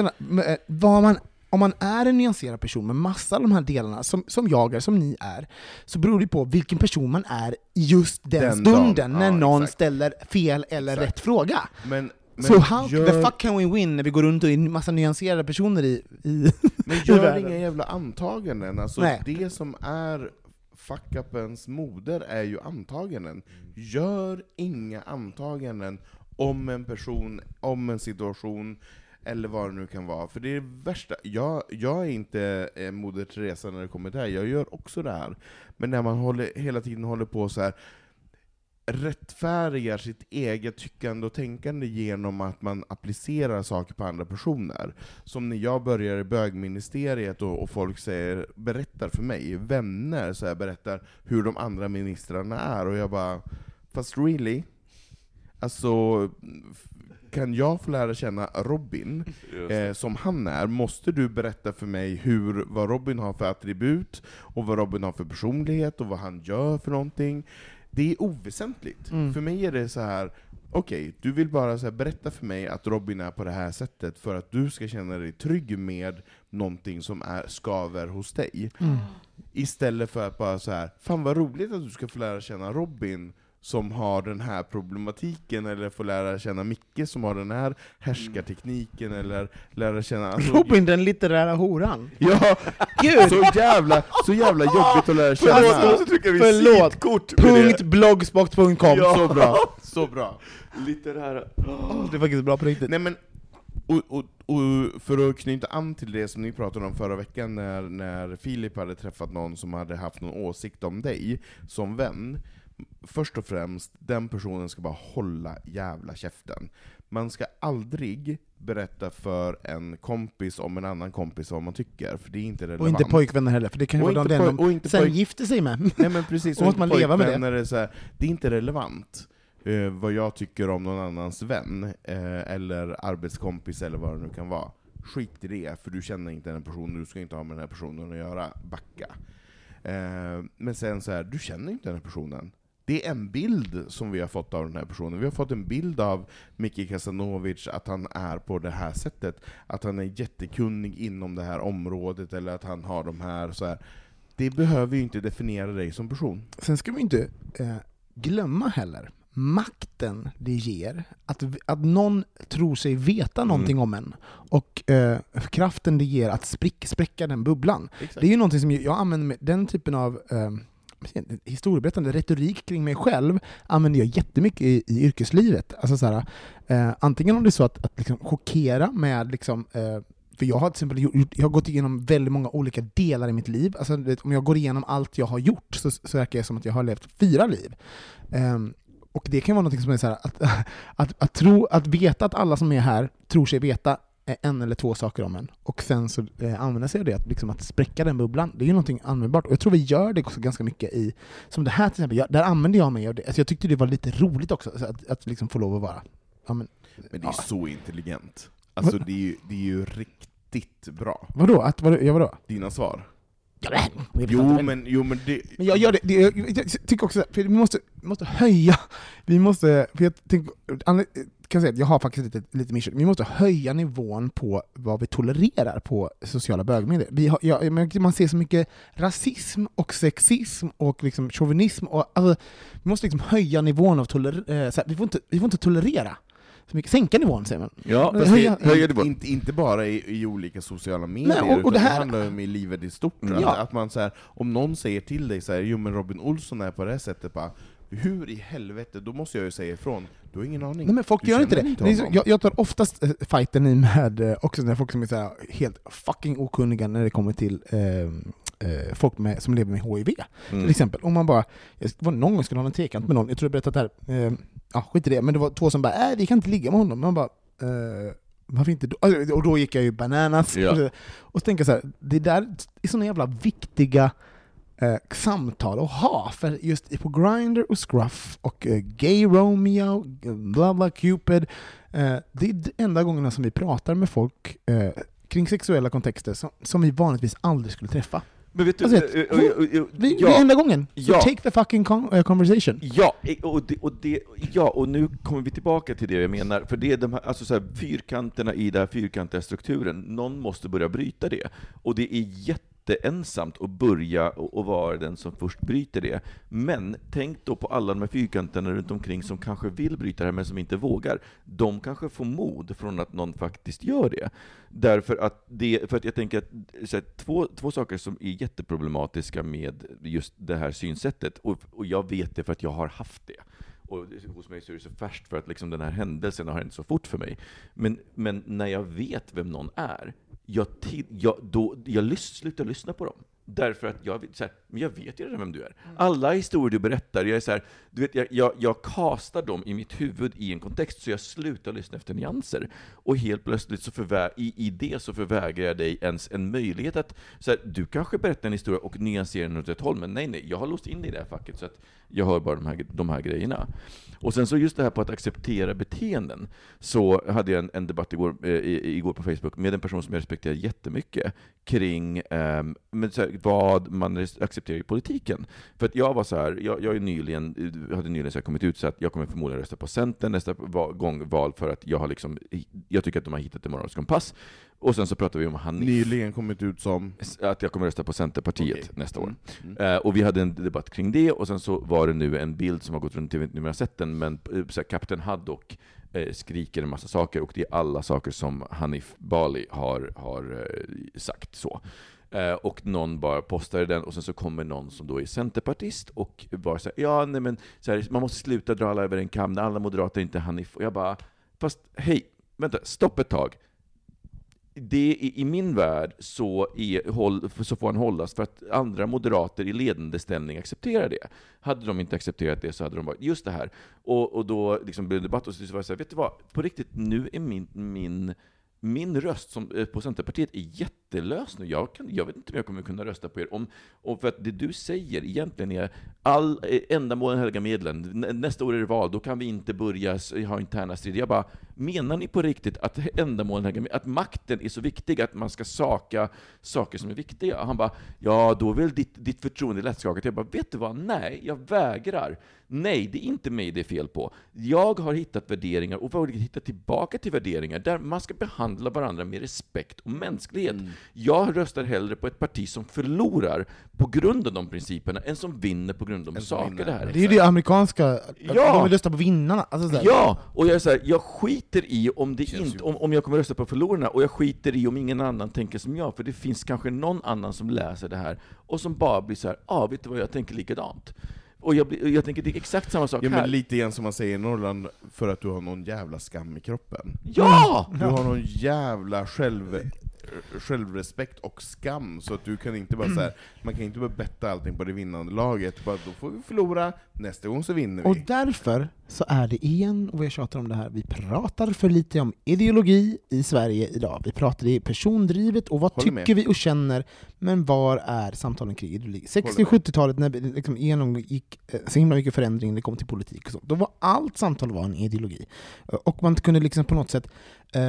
om man är en nyanserad person med massa av de här delarna som jag är, som ni är, så beror det på vilken person man är just den stunden när någon ställer fel eller rätt fråga. Men så how the fuck can we win när vi går runt och är en massa nyanserade personer i Men gör inga jävla antaganden. Alltså, Nej. det som är fuck-upens moder är ju antaganden. Gör inga antaganden om en person, om en situation, eller vad det nu kan vara. För det är det värsta. Jag är inte moder Teresa när det kommer till det här. Jag gör också det här. Men när man hela tiden håller på så här, rättfärdigar sitt eget tyckande och tänkande genom att man applicerar saker på andra personer. Som när jag börjar i bögministeriet och folk berättar för mig, vänner så här, berättar hur de andra ministrarna är, och jag bara, fast really? Alltså, kan jag få lära känna Robin som han är, måste du berätta för mig vad Robin har för attribut och vad Robin har för personlighet och vad han gör för någonting. Det är oväsentligt. För mig är det så här: okej, du vill bara så här berätta för mig att Robin är på det här sättet för att du ska känna dig trygg med någonting som skaver hos dig. Istället för att bara så här, fan vad roligt att du ska få lära känna Robin som har den här problematiken, eller få lära känna Micke som har den här härskartekniken, eller lära känna Robin, den litterära horan. Ja, Gud. så jävla jobbigt att lära känna. Förlåt. .blogspot.com. Ja. Så bra. Litterära. Det är faktiskt bra på riktigt. Nej, men och för att knyta an till det som ni pratade om förra veckan, när Filip hade träffat någon som hade haft någon åsikt om dig som vän. Först och främst, den personen ska bara hålla jävla käften. Man ska aldrig berätta för en kompis om en annan kompis vad man tycker, för det är inte relevant. Och inte pojkvänner heller, för det kan ju vara den de sen gifter sig med. Nej, men precis, och måste man leva med det. Är så här, det är inte relevant vad jag tycker om någon annans vän eller arbetskompis eller vad det nu kan vara. Skit i det, för du känner inte den personen, du ska inte ha med den här personen att göra, backa. Men sen så här, du känner inte den här personen. Det är en bild som vi har fått av den här personen. Vi har fått en bild av Micke Kasanovic, att han är på det här sättet, att han är jättekunnig inom det här området, eller att han har de här så här. Det behöver ju inte definiera dig som person. Sen ska vi inte glömma heller makten det ger att någon tror sig veta någonting om en, och kraften det ger att spräcka den bubblan. Exakt. Det är ju någonting som jag använder med den typen av historieberättande retorik kring mig själv, använder jag jättemycket i yrkeslivet. Alltså så här, antingen om det är så att liksom chockera med liksom, för jag har till exempel jag har gått igenom väldigt många olika delar i mitt liv. Alltså, om jag går igenom allt jag har gjort så verkar det som att jag har levt 4 liv. Och det kan vara något som är så här, att veta att alla som är här tror sig veta 1 eller 2 saker om en, och sen så använder sig av det liksom, att spräcka den bubblan. Det är ju någonting användbart, och jag tror vi gör det också ganska mycket i, som det här till exempel, där använder jag mig av det. Alltså, jag tyckte det var lite roligt också att liksom få lov att vara. Ja, men det är så intelligent. Alltså det är ju riktigt bra. Vadå? Vadå? Dina svar. Jo, men jag gör det. Jag tycker också att vi måste höja. För jag kan säga att jag har faktiskt lite mission. Vi måste höja nivån på vad vi tolererar på sociala bögmedier. Man ser så mycket rasism och sexism och liksom chauvinism, och alltså, vi måste liksom höja nivån av vi får inte tolerera så mycket, sänka nivån, säger man. Ja, inte bara i olika sociala medier. Nej, och det handlar om i livet i stort. Att man så här, om någon säger till dig så här, jo men Robin Olsson är på det här sättet, bara, hur i helvete, då måste jag ju säga ifrån. Du har ingen aning. Nej, men folk gör inte det. Jag tar oftast fighten med också när folk som är så här helt fucking okunniga när det kommer till folk som lever med HIV till exempel. Om man bara, någon gång skulle ha en trekant med någon, jag tror jag berättat det här, skit i det, men det var 2 som bara, vi kan inte ligga med honom. Man bara, varför inte då? Och då gick jag ju bananas. Ja. Och så tänker jag så här, det där är såna jävla viktiga samtal att ha, för just på Grindr och Scruff och Gay Romeo, bla bla Cupid, det är de enda gångerna som vi pratar med folk kring sexuella kontexter som vi vanligtvis aldrig skulle träffa. Men vet du, det är enda gången. So take the fucking conversation. Och nu kommer vi tillbaka till det jag menar, för det är de här, alltså så här, fyrkanterna i den här fyrkantiga strukturen. Någon måste börja bryta det, och det är jätteensamt att börja och vara den som först bryter det. Men tänk då på alla de här fyrkanterna runt omkring som kanske vill bryta det här men som inte vågar. De kanske får mod från att någon faktiskt gör det. Därför att jag tänker att så här, två saker som är jätteproblematiska med just det här synsättet, och jag vet det för att jag har haft det. Och hos mig så är det så färskt för att liksom den här händelsen har hänt så fort för mig. Men när jag vet vem någon är, jag slutar lyssna på dem. Därför att jag vet ju redan vem du är. Alla historier du berättar, jag är så här, du vet, jag kastar dem i mitt huvud i en kontext, så jag slutar lyssna efter nyanser. Och helt plötsligt så förvägrar jag dig ens en möjlighet att så här, du kanske berättar en historia och nyanserar den åt ett håll, men nej, jag har låst in i det här facket så att jag hör bara de här grejerna. Och sen så just det här på att acceptera beteenden, så hade jag en debatt igår på Facebook med en person som jag respekterar jättemycket kring men så här, vad man accepterar i politiken. För att jag var så här, jag hade nyligen så här kommit ut så att jag kommer förmodligen rösta på Centern nästa gång val, för att jag tycker att de har hittat en moralisk kompass. Och sen så pratar vi om Hanif. Nyligen kommit ut som att jag kommer rösta på Centerpartiet nästa år. Och vi hade en debatt kring det, och sen så var det nu en bild som har gått runt, jag vet inte om jag har sett den, men så här, Kapten Haddock skriker en massa saker, och det är alla saker som Hanif Bali har sagt så. Och någon bara postade den, och sen så kommer någon som då är centerpartist och bara säger, man måste sluta dra alla över en kam, när alla moderater inte Hanif. Och jag bara, fast hej, vänta, stopp ett tag. I min värld så får han hållas för att andra moderater i ledande ställning accepterar det. Hade de inte accepterat det så hade de varit just det här. Och då liksom blev det debatt, och så var det så här, vet du vad, på riktigt, nu är min röst på Centerpartiet är jättelös nu. Jag vet inte om jag kommer kunna rösta på er. Och för att det du säger egentligen är ändamålen helga medlen. Nästa år är det val, då kan vi inte börja ha interna strider. Jag bara, menar ni på riktigt att ändamålen helga medlen, att makten är så viktig att man ska saka saker som är viktiga? Han bara, ja, då är väl ditt förtroende lättskakat. Jag bara, vet du vad? Nej, jag vägrar. Nej, det är inte mig det är fel på. Jag har hittat värderingar och vågat hitta tillbaka till värderingar där man ska behandla varandra med respekt och mänsklighet. Jag röstar hellre på ett parti som förlorar på grund av de principerna än som vinner på grund av de saker det här. Det är ju det amerikanska, de vill rösta på vinnarna. Alltså och jag är så här, jag skiter i om jag kommer rösta på förlorarna, och jag skiter i om ingen annan tänker som jag, för det finns kanske någon annan som läser det här och som bara blir så här, vet du vad, jag tänker likadant. Och jag tänker det är exakt samma sak här. Men lite igen som man säger i Norrland, för att du har någon jävla skam i kroppen. Ja! Du har någon jävla självrespekt och skam, så att du kan inte bara så här, man kan inte bara betta allting på det vinnande laget, bara då får vi förlora, nästa gång så vinner vi. Och därför så är det igen, och jag tjatar om det här, vi pratar för lite om ideologi i Sverige idag. Vi pratar i persondrivet och vad tycker vi och känner, men var är samtalen kring ideologi? 60-70-talet när det liksom genomgick så himla mycket förändring när det kom till politik och så, då var allt samtal en ideologi. Och man kunde liksom på något sätt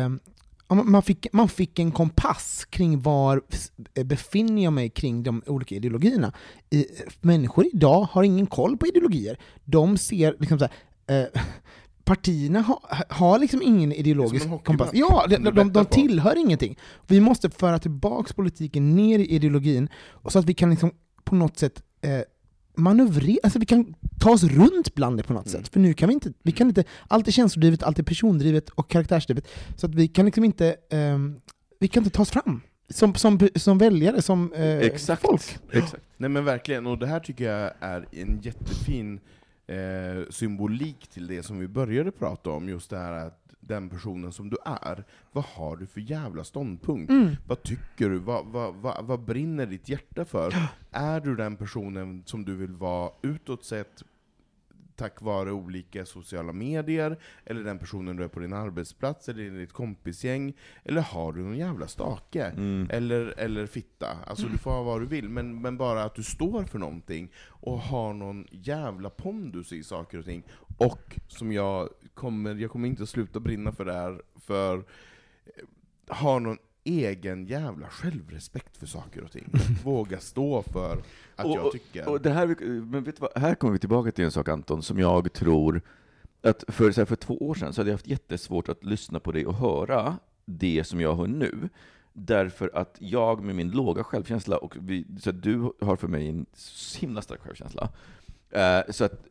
man fick en kompass kring var befinner jag mig kring de olika ideologierna. Människor idag har ingen koll på ideologier. De ser liksom så här, partierna har liksom ingen ideologisk kompass. Ja, de tillhör ingenting. Vi måste föra tillbaka politiken ner i ideologin, och så att vi kan liksom på något sätt manövrera, alltså vi kan ta oss runt bland det på något sätt. För nu kan vi kan inte, allt är känslodrivet, allt är persondrivet och karaktärsdrivet, så att vi kan liksom inte vi kan inte ta oss fram som väljare, som folk. Exakt. Nej men verkligen, och det här tycker jag är en jättefin symbolik till det som vi började prata om, just det här att den personen som du är, vad har du för jävla ståndpunkt? Vad tycker du? Vad brinner ditt hjärta för? Är du den personen som du vill vara utåt sett tack vare olika sociala medier, eller den personen du är på din arbetsplats, eller i ditt kompisgäng, eller har du någon jävla stake, eller fitta. Alltså du får ha vad du vill, men bara att du står för någonting och har någon jävla pondus i saker och ting. Och som jag kommer inte att sluta brinna för det här, för har någon egen jävla självrespekt för saker och ting. Våga stå för att jag tycker. Och det här, men vet du vad, här kommer vi tillbaka till en sak, Anton, som jag tror att för 2 år sedan så hade jag haft jättesvårt att lyssna på dig och höra det som jag hör nu. Därför att jag med min låga självkänsla, och så att du har för mig en himla stark självkänsla. Så att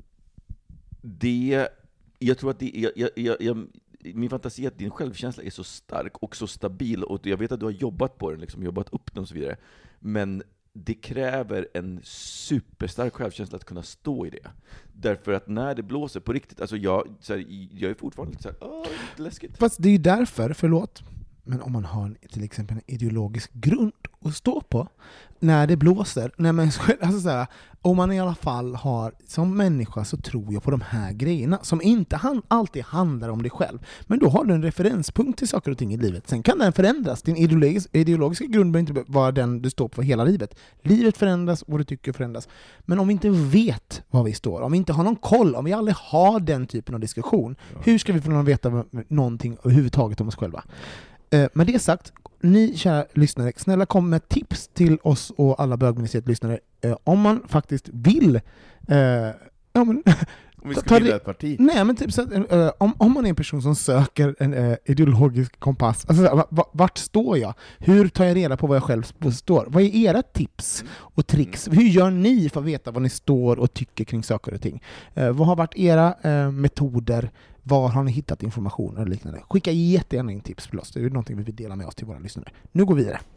det, jag tror att det, min fantasi är att din självkänsla är så stark och så stabil, och jag vet att du har jobbat på den, liksom, jobbat upp den och så vidare, men det kräver en superstark självkänsla att kunna stå i det. Därför att när det blåser på riktigt, alltså jag är fortfarande lite såhär, läskigt. Fast det är ju därför, förlåt, men om man har till exempel en ideologisk grund att stå på när det blåser, alltså såhär, om man i alla fall har, som människa så tror jag på de här grejerna som inte alltid handlar om dig själv, men då har du en referenspunkt till saker och ting i livet. Sen kan den förändras. Din ideologiska grund behöver inte vara den du står på hela livet. Livet förändras och du tycker förändras. Men om vi inte vet var vi står, om vi inte har någon koll, om vi aldrig har den typen av diskussion, hur ska vi få veta någonting överhuvudtaget om oss själva? Med det sagt, ni kära lyssnare, snälla kom med tips till oss och alla bögministeriet-lyssnare om man faktiskt vill om vi ska bilda ett parti. Nej, men typ så att, om man är en person som söker en ideologisk kompass, alltså, vart står jag? Hur tar jag reda på vad jag själv står? Vad är era tips och tricks? Hur gör ni för att veta vad ni står och tycker kring saker och ting? Vad har varit era metoder? Var har ni hittat information och liknande? Skicka jättegärna in tips för oss. Det är någonting vi vill dela med oss till våra lyssnare. Nu går vi vidare.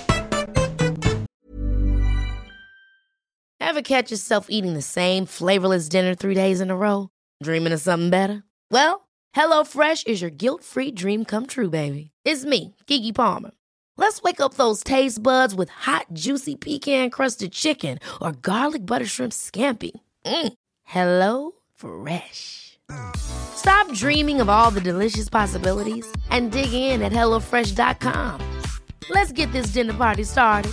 Ever catch yourself eating the same flavorless dinner 3 days in a row? Dreaming of something better? Well, HelloFresh is your guilt-free dream come true, baby. It's me, Keke Palmer. Let's wake up those taste buds with hot, juicy pecan-crusted chicken or garlic butter shrimp scampi. Hello Fresh. Stop dreaming of all the delicious possibilities and dig in at HelloFresh.com. Let's get this dinner party started.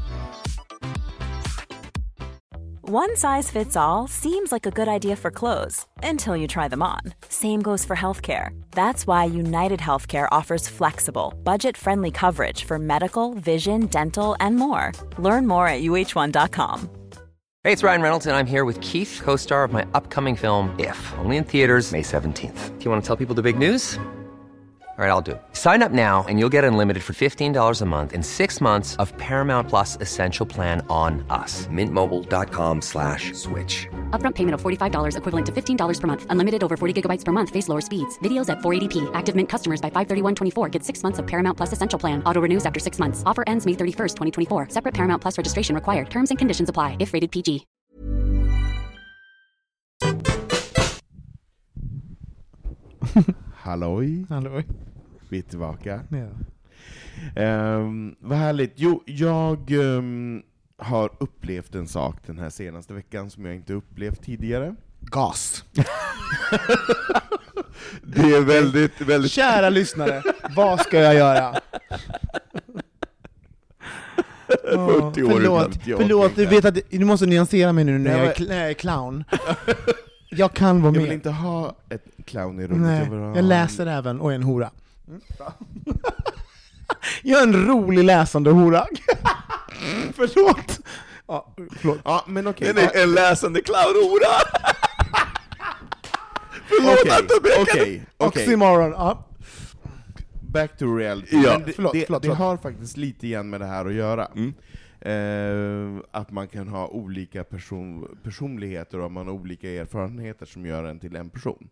One size fits all seems like a good idea for clothes until you try them on. Same goes for healthcare. That's why United Healthcare offers flexible, budget-friendly coverage for medical, vision, dental, and more. Learn more at UH1.com. Hey, it's Ryan Reynolds, and I'm here with Keith, co-star of my upcoming film, If, only in theaters May 17th. Do you want to tell people the big news? All right, I'll do it. Sign up now and you'll get unlimited for $15 a month and 6 months of Paramount Plus Essential Plan on us. MintMobile.com/switch. Upfront payment of $45 equivalent to $15 per month. Unlimited over 40 gigabytes per month. Face lower speeds. Videos at 480p. Active Mint customers by 531.24 get 6 months of Paramount Plus Essential Plan. Auto renews after 6 months. Offer ends May 31st, 2024. Separate Paramount Plus registration required. Terms and conditions apply if rated PG. Halloj. Halloj. Vi är tillbaka. Ja. Vad härligt. Jo, jag har upplevt en sak den här senaste veckan som jag inte upplevt tidigare. Gas. Det är väldigt... Kära lyssnare, vad ska jag göra? 40 år förlåt, du vet att du måste nyansera mig nu när jag är clown. Jag kan vara med. Jag vill inte ha ett clown i rummet. Nej, jag läser även och är en hora. Jag är en rolig läsande hora. Förlåt. Ja, förlåt. Ja, men okej. En läsande clownhora. Okej. Oxymoron. Ja. Back to reality. Ja. Men Förlåt. det har faktiskt lite igen med det här att göra. Att man kan ha olika personligheter och man har olika erfarenheter som gör en till en person.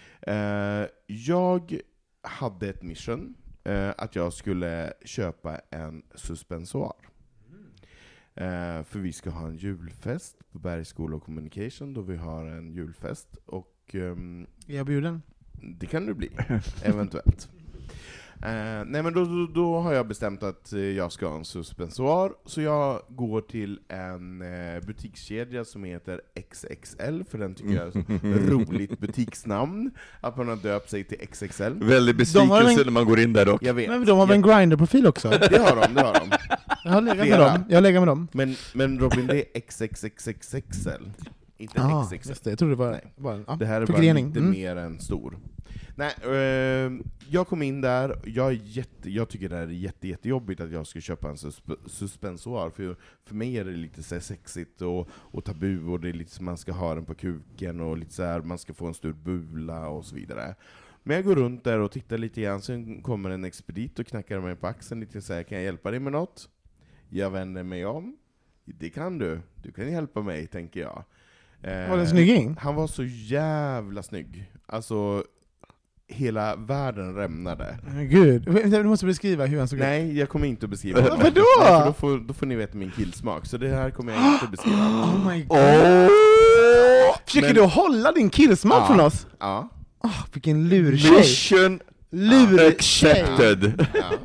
Jag hade ett mission att jag skulle köpa en suspensoar. För vi ska ha en julfest på Bergs School of Communication då vi har en julfest. Och Är jag bjuden? det kan du bli, eventuellt. Nej, men då har jag bestämt att jag ska ha en suspensoar, så jag går till en butikskedja som heter XXL, för den tycker jag är ett roligt butiksnamn, att man har döpt sig till XXL. Väldigt besvikelse när man går in där dock. Jag vet. Men de har väl en Grindr-profil också? Det har de. Jag har legat med dem. Men Robin, det är XXXXXL. Inte XXL. Just det. Jag trodde det var det här är förgrening. bara lite mer än stor. Nej, jag kom in där. Jag tycker det här är jättejobbigt att jag ska köpa en suspensoar. För mig är det lite så här sexigt och tabu, och det är lite som man ska ha den på kuken, och lite så här, man ska få en stor bula och så vidare. Men jag går runt där och tittar lite grann, sen kommer en expedit och knackar mig på axeln lite och säger: kan jag hjälpa dig med något? Jag vänder mig om. Det kan du. Du kan hjälpa mig, tänker jag. Var det en snygging? Han var så jävla snygg. Alltså, hela världen rämnade. Gud, du måste beskriva hur han såg ut. Nej, jag kommer inte att beskriva det. Vadå? Nej, för då får ni veta min killsmak. Så det här kommer jag inte att beskriva. Oh my god. Försöker du hålla din killsmak från oss? Ja. Vilken lurtjej. Mission accepted.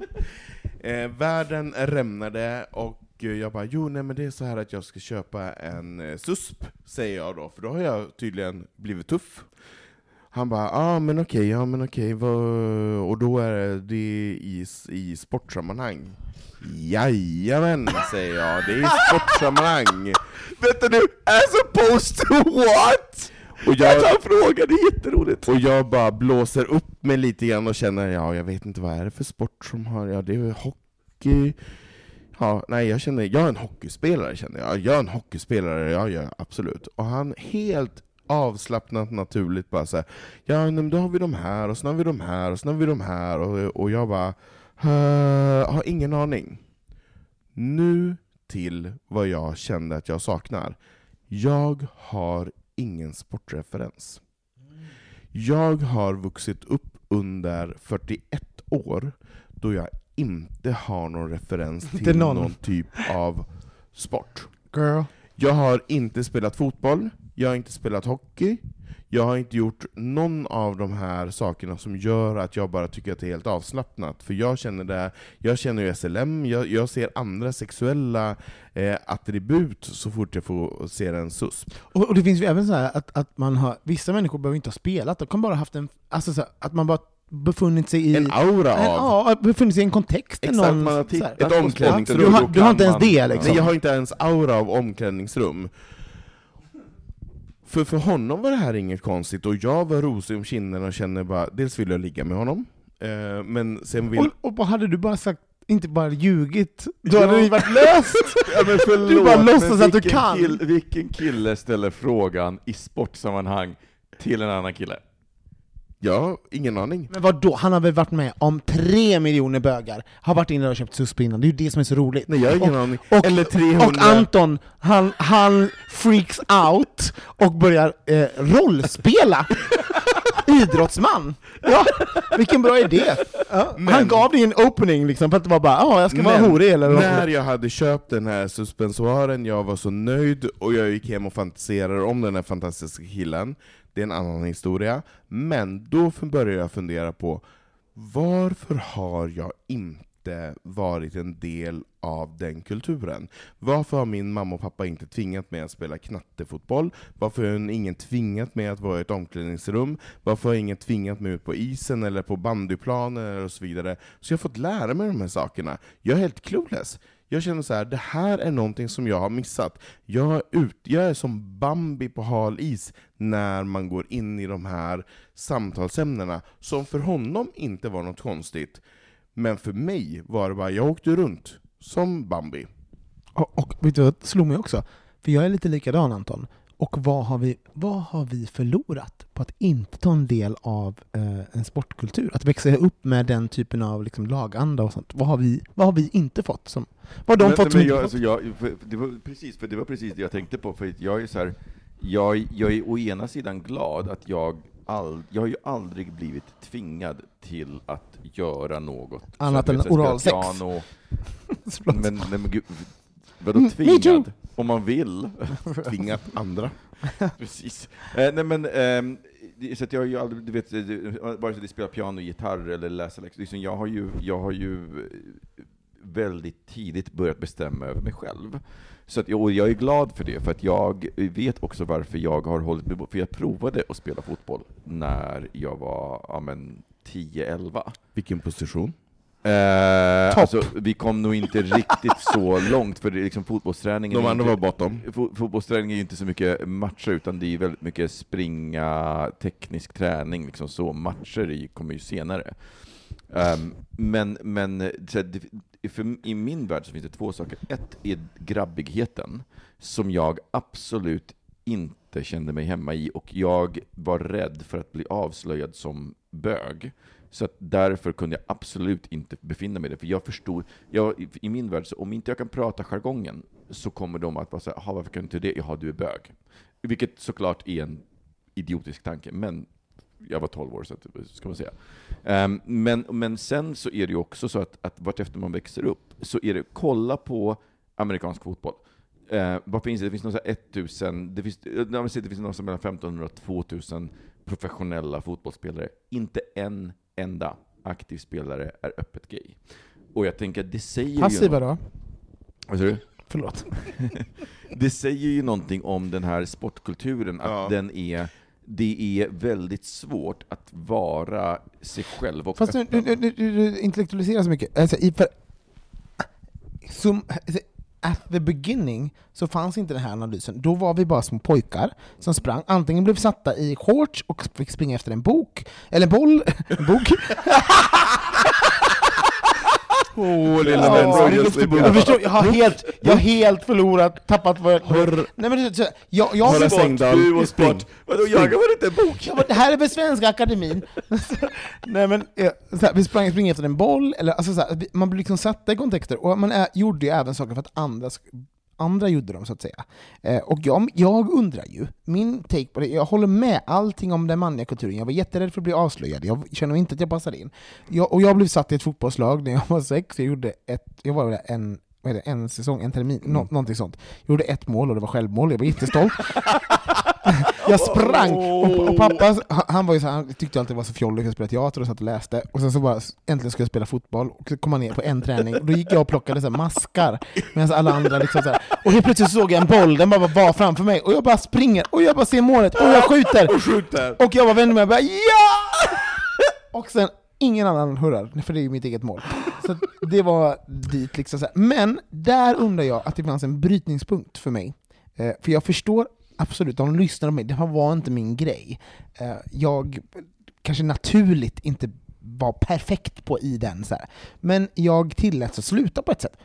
Världen rämnade, och jag bara, men det är så här att jag ska köpa en susp, säger jag då, för då har jag tydligen blivit tuff. Han bara, men okej, och då är det i sportsammanhang. Jajamän, säger jag, det är i sportsammanhang. Vänta nu, as opposed to what? Och jag tar frågan, det är jätteroligt. Och jag bara blåser upp mig lite grann och känner, jag vet inte, vad är det för sport som har, det är hockey. Jag känner, jag är en hockeyspelare, jag är en hockeyspelare, ja, absolut. Och han helt avslappnat naturligt bara så här, men då har vi de här, och så har vi de här, och så har vi de här, och jag bara har ingen aning. Nu till vad jag kände att jag saknar. Jag har ingen sportreferens. Jag har vuxit upp under 41 år då jag inte har någon referens till någon typ av sport. Girl. Jag har inte spelat fotboll, jag har inte spelat hockey, jag har inte gjort någon av de här sakerna som gör att jag bara tycker att det är helt avslappnat. För jag känner ju SLM, jag ser andra sexuella attribut så fort jag får se en susp. Och det finns ju även så här att man har, vissa människor behöver inte ha spelat, de kan bara haft en, alltså så här, att man bara befunnit sig i en aura av. Ja, befunnit sig i en kontext. Exakt, någon, man har ett omklädningsrum. Du har inte ens det liksom. Nej, jag har inte ens aura av omklädningsrum. För honom var det här inget konstigt, och jag var rosig om kinderna och kände bara, dels vill jag ligga med honom, men sen vill... Och hade du bara sagt, inte bara ljugit, då hade det varit löst. Men förlåt, du bara låtsas att du kan. Vilken kille ställer frågan i sportsammanhang till en annan kille? Ja, ingen aning. Men vadå? Han har väl varit med om 3 miljoner bögar har varit inne och köpt susp innan. Det är ju det som är så roligt. Nej, jag har ingen aning. Eller 300. Och Anton, han freaks out och börjar rollspela. Idrottsman. Ja, vilken bra idé. Ja, han gav dig en opening liksom, för att det var bara, jag ska vara horig eller något. När jag hade köpt den här suspensoaren, jag var så nöjd, och jag gick hem och fantiserade om den här fantastiska killen. Det är en annan historia. Men då började jag fundera på, varför har jag inte varit en del av den kulturen? Varför har min mamma och pappa inte tvingat mig att spela knattefotboll? Varför har ingen tvingat mig att vara i ett omklädningsrum? Varför har ingen tvingat mig ut på isen eller på bandyplanen och så vidare? Så jag har fått lära mig de här sakerna. Jag är helt clueless. Jag känner så här, det här är någonting som jag har missat. Jag är som Bambi på hal is när man går in i de här samtalsämnena, som för honom inte var något konstigt. Men för mig var det bara, jag åkte runt som Bambi. Och vet du vad slog mig också? För jag är lite likadan, Anton. Och vad har vi förlorat på att inte ta en del av en sportkultur? Att växa upp med den typen av liksom, laganda och sånt. Vad har vi inte fått? Vad har de fått som inte fått? Det var precis det jag tänkte på. För jag är så här, jag är å ena sidan glad att jag har ju aldrig blivit tvingad till att göra något annat än oralsex. Men gud, vadå tvingad? Om man vill. Tvingat andra. Precis. Så att jag har ju aldrig, du vet, vare sig det spelar piano, gitarr eller läsa liksom, jag har ju väldigt tidigt börjat bestämma över mig själv. Så att jag är glad för det, för att jag vet också varför jag har hållit mig, för jag provade att spela fotboll när jag var 10-11. Vilken position? Alltså, vi kom nog inte riktigt så långt, för det liksom fotbollsträningen. De andra var bakom. Fotbollsträning är ju inte så mycket matcher, utan det är väldigt mycket springa, teknisk träning, liksom så. Matcher kommer ju senare. Men så i min värld så finns det två saker. Ett är grabbigheten, som jag absolut inte kände mig hemma i, och jag var rädd för att bli avslöjad som bög. Så att därför kunde jag absolut inte befinna mig där. För jag förstod, i min värld, så om inte jag kan prata jargongen, så kommer de att vara så här, varför kan du inte det? Jaha, du är bög. Vilket såklart är en idiotisk tanke, men jag var 12 år, så att, ska man säga. Men sen så är det ju också så att vart efter man växer upp, så är det, kolla på amerikansk fotboll. Vad finns det? Det finns någon så här 1000, det finns någon som mellan 1500 och 2000 professionella fotbollsspelare. Inte en enda aktiv spelare är öppet gay. Och jag tänker att det säger passiva ju... då? Vad säger du? Förlåt. Det säger ju någonting om den här sportkulturen, att det är väldigt svårt att vara sig själv och fast du intellektualiserar så mycket. Alltså, at the beginning så fanns inte den här analysen. Då var vi bara små pojkar som sprang. Antingen blev satta i shorts och fick springa efter en bok. Eller boll. En bok. Lilla jag förstår, jag har helt förlorat, tappat vad nej men jag och sport. Vadå, jag var inte en bok. Det här är väl Svenska Akademin. Nej men så här, vi sprang efter en boll, eller alltså så här, man blir liksom satta i kontexter, och man gjorde ju även saker för att andra gjorde dem, så att säga. Och jag undrar ju, min take på det, jag håller med allting om den manliga kulturen. Jag var jätterädd för att bli avslöjad. Jag känner inte att jag passade in. Jag blev satt i ett fotbollslag när jag var 6. Jag var en säsong, en termin, någonting sånt. Jag gjorde 1 mål och det var självmål. Jag var jättestolt. Jag sprang och pappa, han var ju så, han tyckte alltid det var så fjolligt att spela teater och satt och läste, och sen så bara äntligen skulle jag spela fotboll, och så kom han ner på en träning och då gick jag och plockade så här maskar medan alla andra liksom så här, och helt plötsligt såg jag en boll, den bara var framför mig, och jag bara springer och jag bara ser målet och jag skjuter och jag bara vänder mig och bara ja! Och sen ingen annan hurrar, för det är ju mitt eget mål. Så det var dit liksom så här. Men där undrar jag att det fanns en brytningspunkt för mig, för jag förstår absolut, de lyssnade på mig. Det var inte min grej. Jag kanske naturligt inte var perfekt på i den. Så här. Men jag tillät att sluta på ett sätt.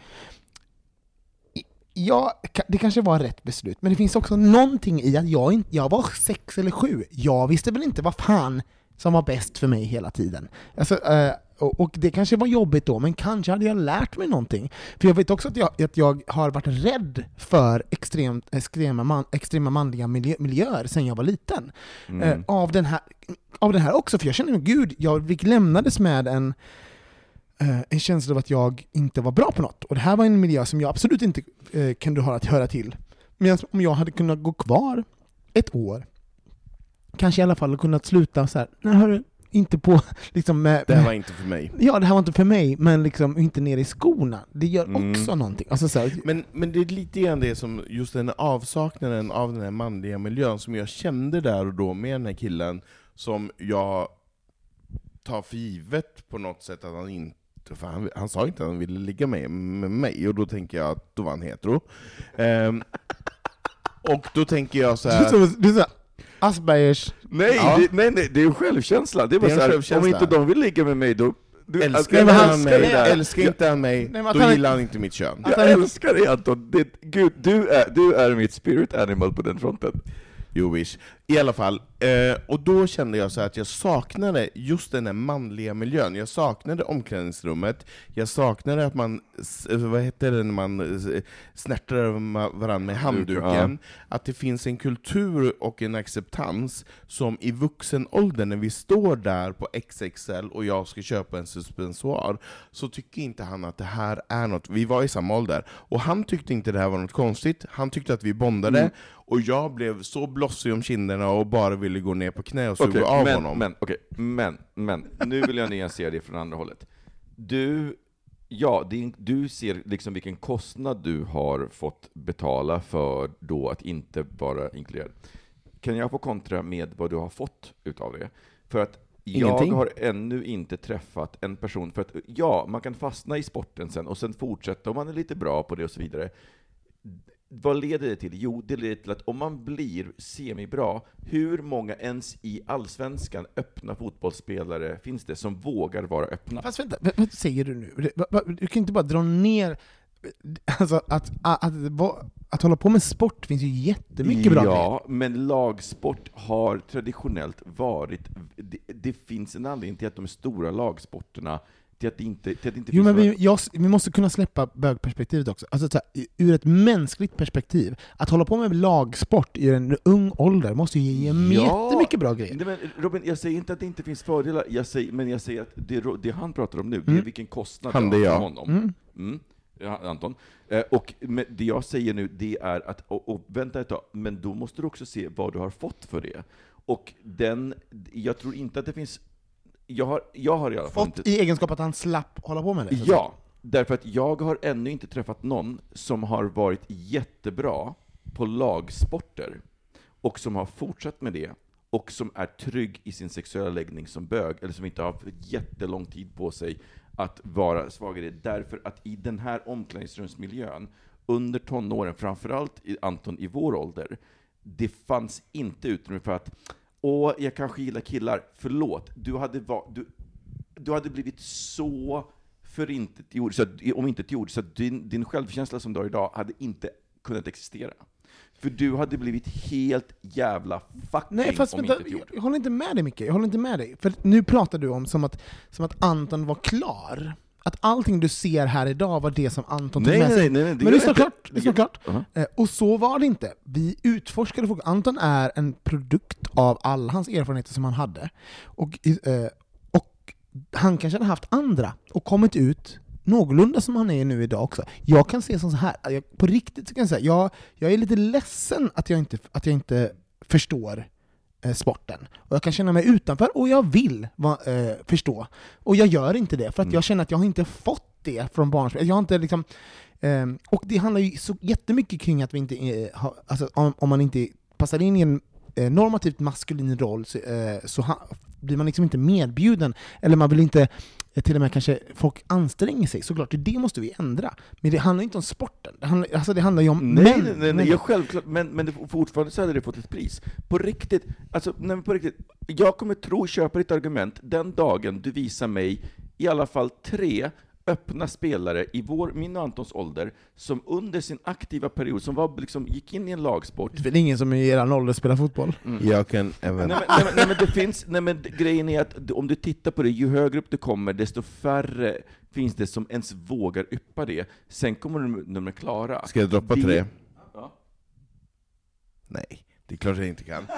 Det kanske var rätt beslut. Men det finns också någonting i att jag var 6 eller 7. Jag visste väl inte vad fan som var bäst för mig hela tiden. Alltså, och det kanske var jobbigt då, men kanske hade jag lärt mig någonting. För jag vet också att jag har varit rädd för extrema manliga miljöer sedan jag var liten. Av den här också, för jag känner mig, gud, jag lämnades med en känsla av att jag inte var bra på något. Och det här var en miljö som jag absolut inte kunde höra till. Men om jag hade kunnat gå kvar 1 år, kanske i alla fall kunnat sluta så här, nej, inte på liksom det här var inte för mig. Ja, det här var inte för mig, men liksom inte ner i skorna. Det gör också någonting. Alltså, så här. Men det är lite grann det som just den avsaknaden av den här manliga miljön som jag kände där och då med den här killen, som jag tar för givet på något sätt att han inte, för han sa inte att han ville ligga med mig, och då tänker jag att då var han hetero. Och då tänker jag så här, du så Aspergers. Nej, ja. Det är ju självkänsla. Det är bara så här, om inte de vill ligga med mig, då älskar inte han mig, då gillar han inte mitt kön. Jag älskar dig, Anton. Gud, du är mitt spirit animal på den fronten. You wish. I alla fall, och då kände jag så att jag saknade just den här manliga miljön. Jag saknade omklädningsrummet. Jag saknade att man, vad heter det när man snärtar över varandra med handduken. Ja. Att det finns en kultur och en acceptans som i vuxen ålder, när vi står där på XXL och jag ska köpa en suspensoar, så tycker inte han att det här är något. Vi var i samma ålder. Och han tyckte inte det här var något konstigt. Han tyckte att vi bondade. Och jag blev så blossig om kinderna händerna och bara ville gå ner på knä och suga av honom. Men nu vill jag nyansera det från andra hållet. Du ser liksom vilken kostnad du har fått betala för då att inte vara inkluderad. Kan jag få kontra med vad du har fått utav det? För att jag har ännu inte träffat en person, för att man kan fastna i sporten sen och sen fortsätta om man är lite bra på det och så vidare. Vad leder det till? Jo, det leder till att om man blir semibra, hur många ens i allsvenskan öppna fotbollsspelare finns det som vågar vara öppna? Fast vänta, vad säger du nu? Du kan inte bara dra ner... Alltså att hålla på med sport finns ju jättemycket bra. Ja, men lagsport har traditionellt varit... Det finns en anledning till att de stora lagsporterna till att det inte jo, men vi måste kunna släppa bögperspektivet också. Alltså så här, ur ett mänskligt perspektiv, att hålla på med lagsport i en ung ålder måste ju ge jättemycket bra grejer. Men Robin, jag säger inte att det inte finns fördelar, men jag säger att det han pratar om nu, det är vilken kostnad det har för honom. Ja, Anton. Och det jag säger nu, det är att och vänta ett tag, men då måste du också se vad du har fått för det. Och jag tror inte att det finns... Jag har i alla fall fått i egenskap att han slapp hålla på med det. Ja, därför att jag har ännu inte träffat någon som har varit jättebra på lagsporter och som har fortsatt med det och som är trygg i sin sexuella läggning som bög, eller som inte har haft jättelång tid på sig att vara svagare. Därför att i den här omklädningsrumsmiljön under tonåren, framförallt Anton i vår ålder, det fanns inte utrymme för att jag kanske gillar killar, förlåt, du hade blivit så förintetgjord, så att, om inte gjord, så att din självkänsla som du har idag hade inte kunnat existera. För du hade blivit helt jävla fucking. Nej, fast om vänta, inte gjord. jag håller inte med dig, Micke. Jag håller inte med dig. För nu pratar du om som att Anton var klar. Att allting du ser här idag var det som Anton tog med sig. Nej, men lyssna klart. Och så var det inte. Vi utforskade folk. Anton är en produkt av alla hans erfarenheter som han hade. Och han kanske hade haft andra och kommit ut någorlunda som han är nu idag också. Jag kan se som så här. På riktigt så kan jag säga. Jag är lite ledsen att jag inte förstår sporten. Och jag kan känna mig utanför och jag vill förstå. Och jag gör inte det för att jag känner att jag har inte fått det från barnspel. Jag har inte liksom och det handlar ju så jättemycket kring att vi inte alltså om man inte passar in i en normativt maskulin roll så blir man liksom inte medbjuden, eller man vill inte till och med kanske folk anstränger sig, såklart det måste vi ändra. Men det handlar inte om sporten. Det handlar ju om nej, självklart, men fortfarande så hade det fått ett pris. På riktigt, jag kommer köpa ditt argument den dagen du visar mig i alla fall 3 öppna spelare i min och Antons ålder som under sin aktiva period som var liksom gick in i en lagsport. Det är ingen som i eran ålder spelar fotboll. Jag kan även... Nej, men det finns, grejen är att om du tittar på det, ju högre upp du kommer, desto färre finns det som ens vågar yppa det. Sen kommer de är klara. Ska jag droppa 3? Ja. Nej, det är klart jag inte kan.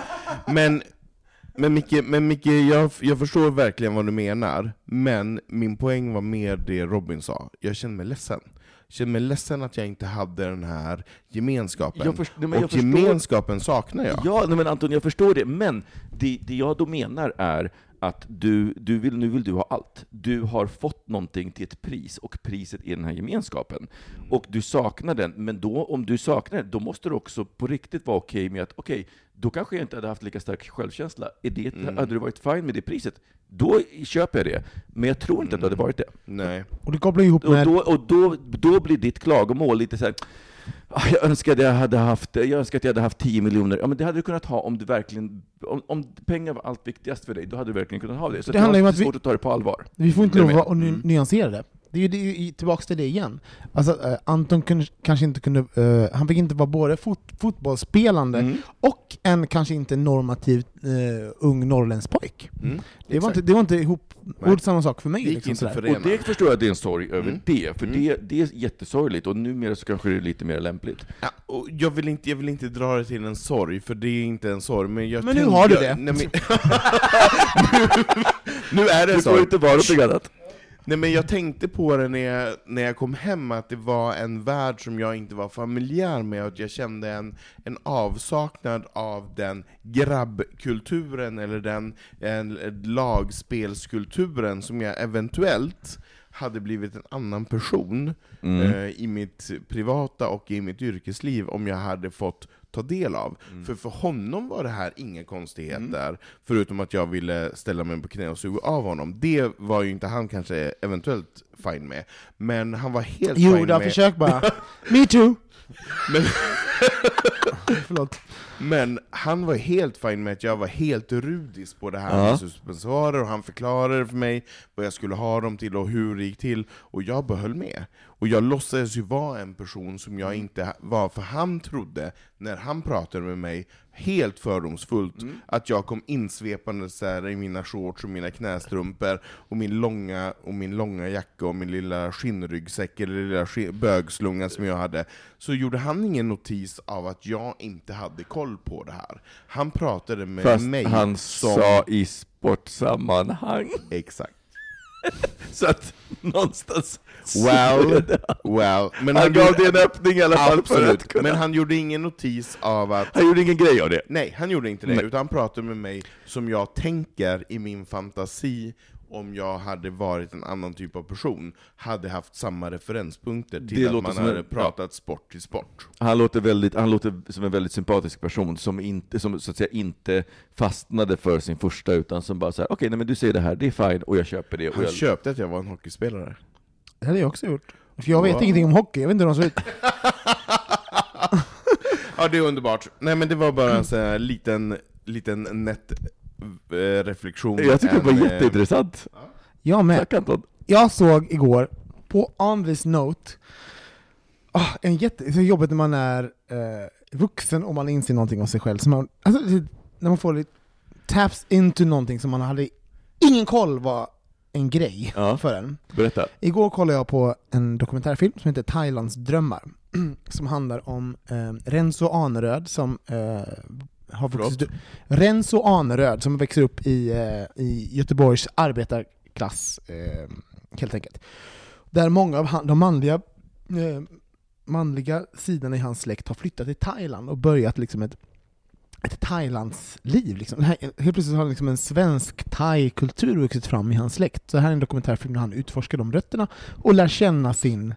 Men Micke, jag förstår verkligen vad du menar, men min poäng var mer det Robin sa. Jag känner mig ledsen. Jag känner mig ledsen att jag inte hade den här gemenskapen. Gemenskapen saknar jag. Ja, men Anton, jag förstår det. Men det jag då menar är att nu vill du ha allt. Du har fått någonting till ett pris, och priset är den här gemenskapen. Och du saknar den, men då, om du saknar den, då måste du också på riktigt vara okej med att då kanske jag inte hade haft lika stark självkänsla. Hade du varit fine med det priset, då köper jag det. Men jag tror inte att det hade varit det. Nej. Och det kopplar ihop med... Då blir ditt klagomål lite så här: jag önskar att jag hade haft 10 miljoner. Ja, men det hade du kunnat ha om du verkligen... Om pengar var allt viktigast för dig, då hade du verkligen kunnat ha det. Så det handlar om att svårt att ta det på allvar. Vi får inte lov att nyansera det. Det är ju tillbaka till det igen. Alltså, Anton kanske inte kunde... han fick inte vara både fotbollsspelande och en kanske inte normativ ung norrländsk pojk. Det var inte ihop samma sak för mig. Liksom, och det förstår jag att det är en sorg över det. För det är jättesorgligt, och numera så kanske det är lite mer lämpligt. Ja, och jag vill inte dra det till en sorg, för det är inte en sorg. Men nu har du det. Nu är det så. Du får inte vara något annat. Nej, men jag tänkte på det när jag kom hem, att det var en värld som jag inte var familjär med, och att jag kände en avsaknad av den grabbkulturen eller den lagspelskulturen som jag eventuellt hade blivit en annan person i mitt privata och i mitt yrkesliv om jag hade fått ta del av. För honom var det här inga konstigheter, förutom att jag ville ställa mig på knä och suga av honom. Det var ju inte han kanske eventuellt fine med, men han var helt fine med... Jo, försök bara. Me too! Men... Förlåt. Men han var helt fin med att jag var helt rudis på det här med suspensorer, och han förklarade för mig vad jag skulle ha dem till och hur det gick till, och jag behöll med. Och jag låtsades ju vara en person som jag inte var, för han trodde, när han pratade med mig, helt fördomsfullt, att jag kom insvepande så här i mina shorts och mina knästrumpor och min långa jacka och min lilla skinnryggsäck eller lilla bögslunga som jag hade. Så gjorde han ingen notis av att jag inte hade koll på det här. Han pratade med fast mig han sa i sportsammanhang. Exakt. Så att någonstans... Well. Men han gav det en öppning i alla fall. Absolut. Men han gjorde ingen notis av att... Han gjorde ingen grej av det. Nej, han gjorde inte det. Nej. Utan han pratade med mig som jag tänker i min fantasi, om jag hade varit en annan typ av person, hade haft samma referenspunkter till att man hade pratat sport till sport. Han låter som en väldigt sympatisk person som så att säga inte fastnade för sin första, utan som bara så här: okej, nej, men du säger det här, det är fine, och jag köper det. Han köpte att jag var en hockeyspelare. Det hade jag också gjort. För jag vet ingenting om hockey, jag vet inte hur de ser ut. Ja, det är underbart. Nej, men det var bara en sån här liten nätt reflektion. Jag tycker det var jätteintressant. Jag med. Tack, Anton. Jag såg igår på On This Note så jobbigt när man är vuxen och man inser någonting om sig själv. Så när man får lite taps into någonting som man hade ingen koll var en grej för en. Berätta. Igår kollade jag på en dokumentärfilm som heter Thailands drömmar, som handlar om Renzo Aneröd som Renzo Aneröd som växer upp i Göteborgs arbetarklass helt enkelt. Där många av de manliga sidorna i hans släkt har flyttat till Thailand och börjat liksom ett Thailands liv. Liksom. Helt plötsligt har liksom en svensk thai-kultur vuxit fram i hans släkt. Så här är en dokumentärfilm där han utforskar de rötterna och lär känna sin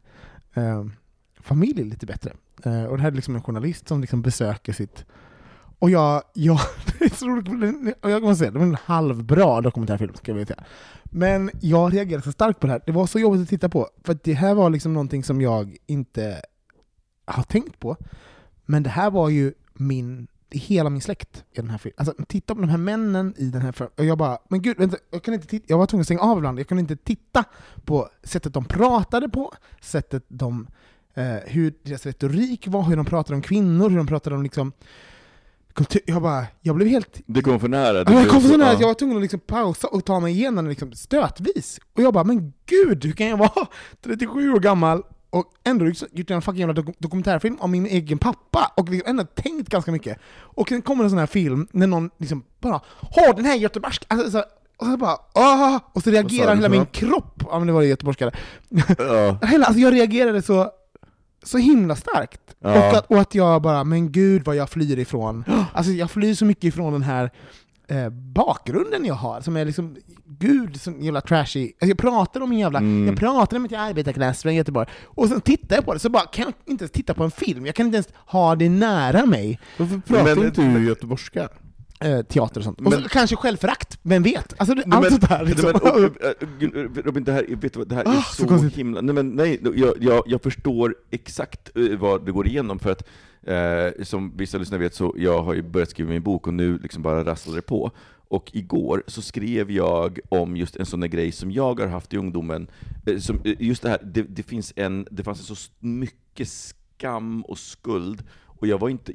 familj lite bättre. Och det här är liksom en journalist som liksom besöker sitt... Och jag det är så roligt, jag kan säga, det var en halvbra dokumentärfilm, ska jag säga. Men jag reagerade så starkt på det här. Det var så jobbigt att titta på, för att det här var liksom någonting som jag inte har tänkt på. Men det här var ju hela min släkt i den här filmen. Alltså, titta på de här männen i den här filmen. Och jag bara, men gud, vänta, jag var tvungen att stänga av ibland. Jag kunde inte titta på sättet de pratade på, sättet hur deras retorik var, hur de pratade om kvinnor, hur de pratade om liksom kultur. Jag blev helt... Det kom för nära. Jag kom för så nära att jag var tvungen att liksom pausa och ta mig igenom liksom stötvis. Och jag bara, men gud, hur kan jag vara 37 år gammal och ändå gjort en fucking jävla dokumentärfilm om min egen pappa och liksom ändå tänkt ganska mycket. Och sen kommer en sån här film när någon liksom bara, den här göteborgska, alltså, och så bara, och så reagerar hela min kropp. Ja, men det var det göteborgska. Alltså jag reagerade så himla starkt. Och att jag bara, men gud vad jag flyr ifrån. Alltså jag flyr så mycket ifrån den här bakgrunden jag har, som är liksom, gud, så jävla trashy. Alltså jag pratar om jag pratar om ett arbetarklass från Göteborg. Och sen tittar jag på det, så bara, kan jag inte ens titta på en film. Jag kan inte ens ha det nära mig. Varför pratar inte du göteborgska? Teater och sånt. Och så kanske självförakt, vem vet? Alltså allt sånt där liksom. Robin, det här är så himla... Jag förstår exakt vad det går igenom, för att som vissa lyssnare vet, så jag har ju börjat skriva min bok och nu liksom bara rasslar det på. Och igår så skrev jag om just en sån där grej som jag har haft i ungdomen. Som, just det här, det fanns så mycket skam och skuld, och jag var inte...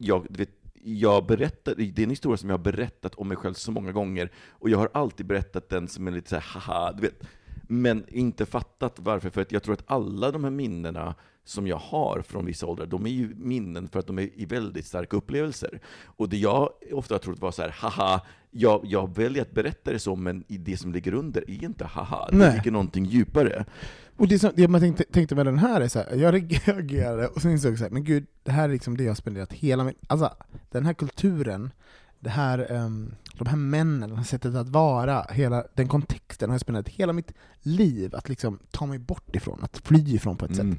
Jag berättar, det är en historia som jag har berättat om mig själv så många gånger, och jag har alltid berättat den som en lite så här, haha, du vet. men inte fattat varför. För att jag tror att alla de här minnena som jag har från vissa åldrar, de är ju minnen för att de är i väldigt starka upplevelser. Och det jag ofta har trott var så här, haha, jag väljer att berätta det så, men i det som ligger under är inte haha, det ligger någonting djupare. Och det man tänkte med den här är så här, jag reagerade och sen insåg jag så här, men gud, det här är liksom det jag har spenderat hela min, alltså den här kulturen, det här, de här männen, det här sättet att vara, hela den kontexten har jag spenderat hela mitt liv att liksom ta mig bort ifrån, att fly ifrån på ett sätt.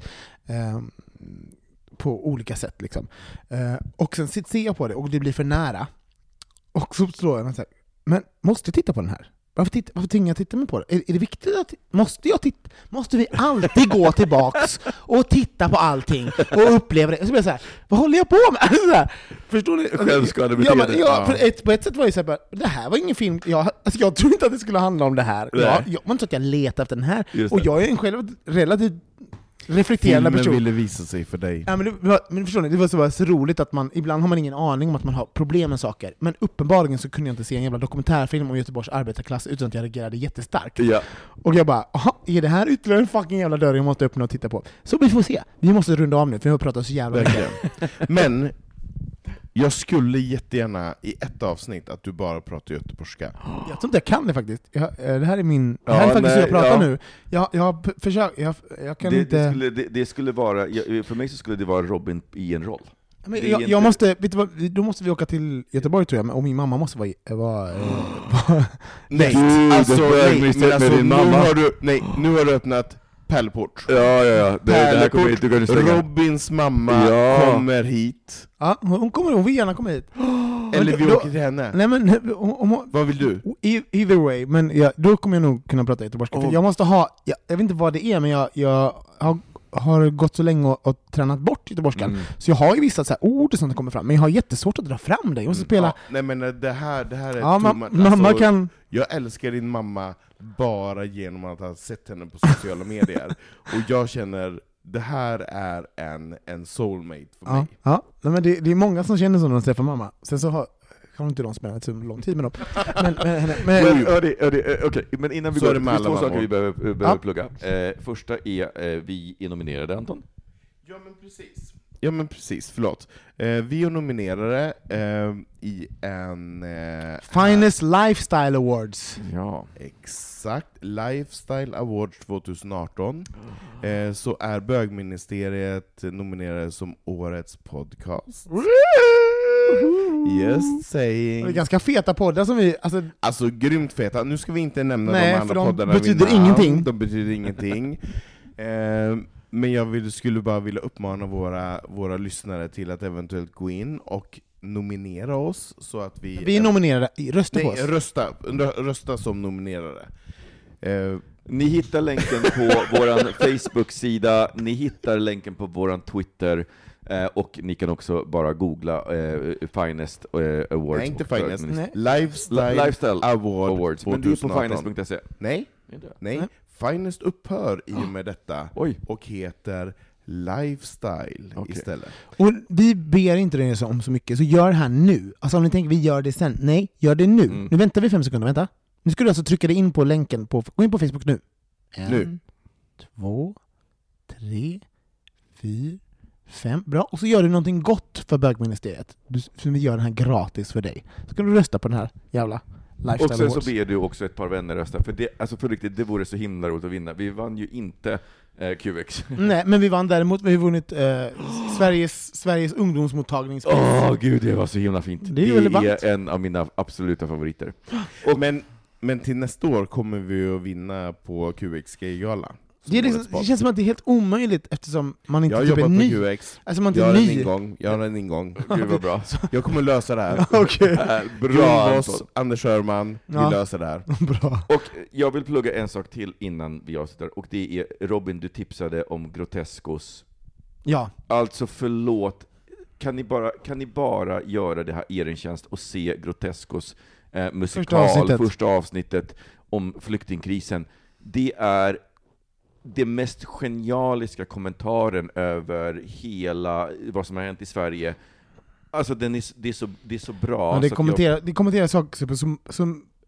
På olika sätt liksom. Och sen ser jag på det och det blir för nära. Och så slår jag mig så här, men måste jag titta på den här? Varför tvingar jag titta mig på det? Är det viktigt att måste vi alltid gå tillbaks och titta på allting och uppleva det? Och så blir jag så här, vad håller jag på med? Alltså här, förstår ni? På ett sätt var det så här, det här var ingen film. Jag tror inte att det skulle handla om det här. Jag var inte så att jag letade efter den här. Och jag är en själv relativt reflekterande person. Filmen ville visa sig för dig. Ja, men förstår ni, det var så roligt att man ibland har man ingen aning om att man har problem med saker. Men uppenbarligen så kunde jag inte se en jävla dokumentärfilm om Göteborgs arbetarklass utan att jag reagerade jättestarkt. Ja. Och jag bara, är det här ytterligare en fucking jävla dörr jag måste öppna och titta på? Så vi får se. Vi måste runda av nu för vi har pratat så jävla mycket. Men jag skulle jättegärna i ett avsnitt att du bara pratar göteborgska. Jag tror inte jag kan det faktiskt. Det här är min... Det här är faktiskt hur jag pratar nu. Jag försöker... Jag kan inte... Det skulle vara... För mig så skulle det vara Robin i en roll. Men jag måste... Vet du vad, då måste vi åka till Göteborg tror jag. Och min mamma måste vara nej, nu har du öppnat Pärleport. Ja. Det här kommer Robins mamma kommer hit. Ja, hon vill gärna komma hit. Eller vi åker till henne. Nej, men vad vill du? Either way, men då kommer jag nog kunna prata göteborgska. För jag måste ha, jag vet inte vad det är, men jag har gått så länge och tränat bort göteborgskan. Så jag har ju vissa så här ord som kommer fram, men jag har jättesvårt att dra fram det. Jag måste spela. Nej, men det här är mamma kan. Jag älskar din mamma bara genom att ha sett henne på sociala medier. Och jag känner det här är en soulmate för mig. Ja, men det är många som känner så när de träffar mamma. Sen så har inte de spelat så lång tid med dem. Men innan vi går, det finns två saker vi behöver plugga. Första är vi är nominerade, Anton. Ja men precis, förlåt. Vi är nominerade i en... Finest Lifestyle Awards. Ja, exakt. Lifestyle Awards 2018. Så är Bögministeriet nominerade som årets podcast. Just saying. Det är ganska feta poddar som vi... Alltså grymt feta. Nu ska vi inte nämna de andra poddarna. Betyder ingenting. De betyder ingenting. Men jag skulle bara vilja uppmana våra lyssnare till att eventuellt gå in och nominera oss så att vi är nominerade. Rösta på oss. Rösta som nominerade. Ni hittar länken på våran Facebook-sida, ni hittar länken på våran Twitter, och ni kan också bara googla Finest Awards. Nej, inte Finest. Lifestyle Awards. Men det är på finest.se. Nej. Finest upphör i och med detta. Och heter Lifestyle istället. Och vi ber inte det om så mycket, så gör det här nu. Alltså om ni tänker vi gör det sen, nej, gör det nu. Nu väntar vi 5 sekunder, vänta. Nu ska du alltså trycka dig in på länken, gå in på Facebook nu. 1, 2, 3, 4, 5. Bra, och så gör du någonting gott för Bögministeriet. Så vi gör den här gratis för dig. Så kan du rösta på den här jävla Lifestyle Och sen Awards. så ber du också ett par vänner rösta. För det, alltså för riktigt, det vore så himla roligt att vinna. Vi vann ju inte QX. Nej, men vi vann däremot. Vi har vunnit Sveriges ungdomsmottagningspris. Gud, det var så himla fint. Det är en av mina absoluta favoriter. Men till nästa år kommer vi att vinna på QX Gay-gala. Det känns som att det är helt omöjligt eftersom man inte typ är ny. QX. Alltså man är ny. Jag har en ingång. Gud vad bra. Jag kommer lösa det här. Bra, Jonas, Anders Sörman, vi löser det här. Bra. Och jag vill plugga en sak till innan vi avslutar. Och det är, Robin, du tipsade om Groteskos. Ja. Alltså förlåt. Kan ni bara göra det här er en tjänst och se Groteskos musikal, första avsnittet om flyktingkrisen. Det är det mest genialiska kommentaren över hela vad som har hänt i Sverige. Alltså det är så bra. Ja, det kommenterar saker som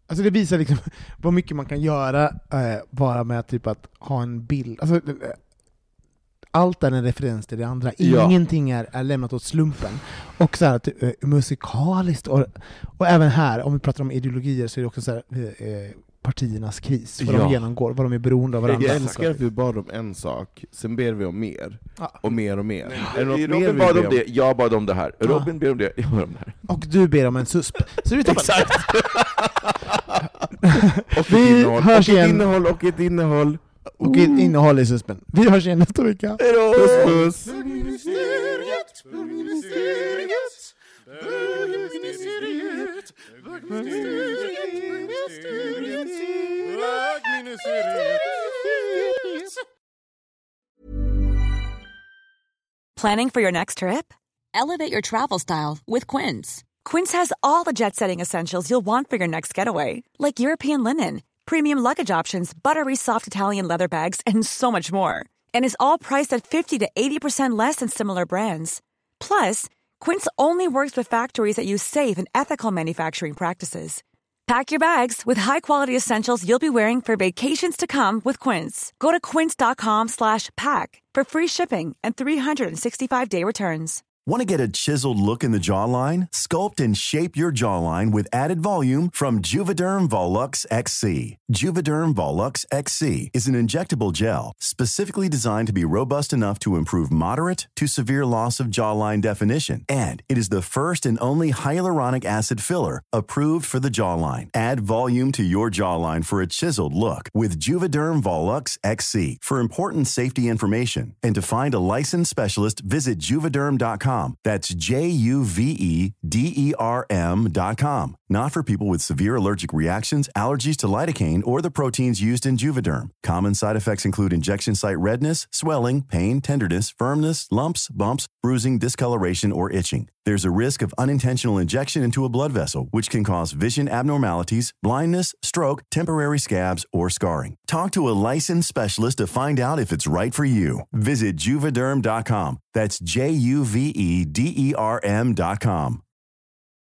Alltså det visar liksom vad mycket man kan göra bara med typ att ha en bild. Alltså, allt är en referens till det andra. Ingenting är lämnat åt slumpen. Och så här musikaliskt och även här, om vi pratar om ideologier, så är det också så här partiernas kris, vad de genomgår, vad de är beroende av varandra. Jag älskar att vi bad om en sak, sen ber vi om mer. Och mer och mer. Robin bad om det, jag bad om det här. Robin ber om det, jag ber om det här. Och du ber om en susp. Så det är exakt. Vi hörs igen. Och ett innehåll. Och ett innehåll i suspen. Vi hörs igen nästa vecka. Hejdå! Puss, puss. Planning for your next trip? Elevate your travel style with Quince. Quince has all the jet-setting essentials you'll want for your next getaway, like European linen, premium luggage options, buttery soft Italian leather bags, and so much more. And is all priced at 50 to 80% less than similar brands. Plus, Quince only works with factories that use safe and ethical manufacturing practices. Pack your bags with high-quality essentials you'll be wearing for vacations to come with Quince. Go to quince.com/pack for free shipping and 365-day returns. Want to get a chiseled look in the jawline? Sculpt and shape your jawline with added volume from Juvederm Volux XC. Juvederm Volux XC is an injectable gel specifically designed to be robust enough to improve moderate to severe loss of jawline definition. And it is the first and only hyaluronic acid filler approved for the jawline. Add volume to your jawline for a chiseled look with Juvederm Volux XC. For important safety information and to find a licensed specialist, visit Juvederm.com. That's JUVEDERM.com. Not for people with severe allergic reactions, allergies to lidocaine, or the proteins used in Juvederm. Common side effects include injection site redness, swelling, pain, tenderness, firmness, lumps, bumps, bruising, discoloration, or itching. There's a risk of unintentional injection into a blood vessel, which can cause vision abnormalities, blindness, stroke, temporary scabs, or scarring. Talk to a licensed specialist to find out if it's right for you. Visit Juvederm.com. That's JUVEDERM.com.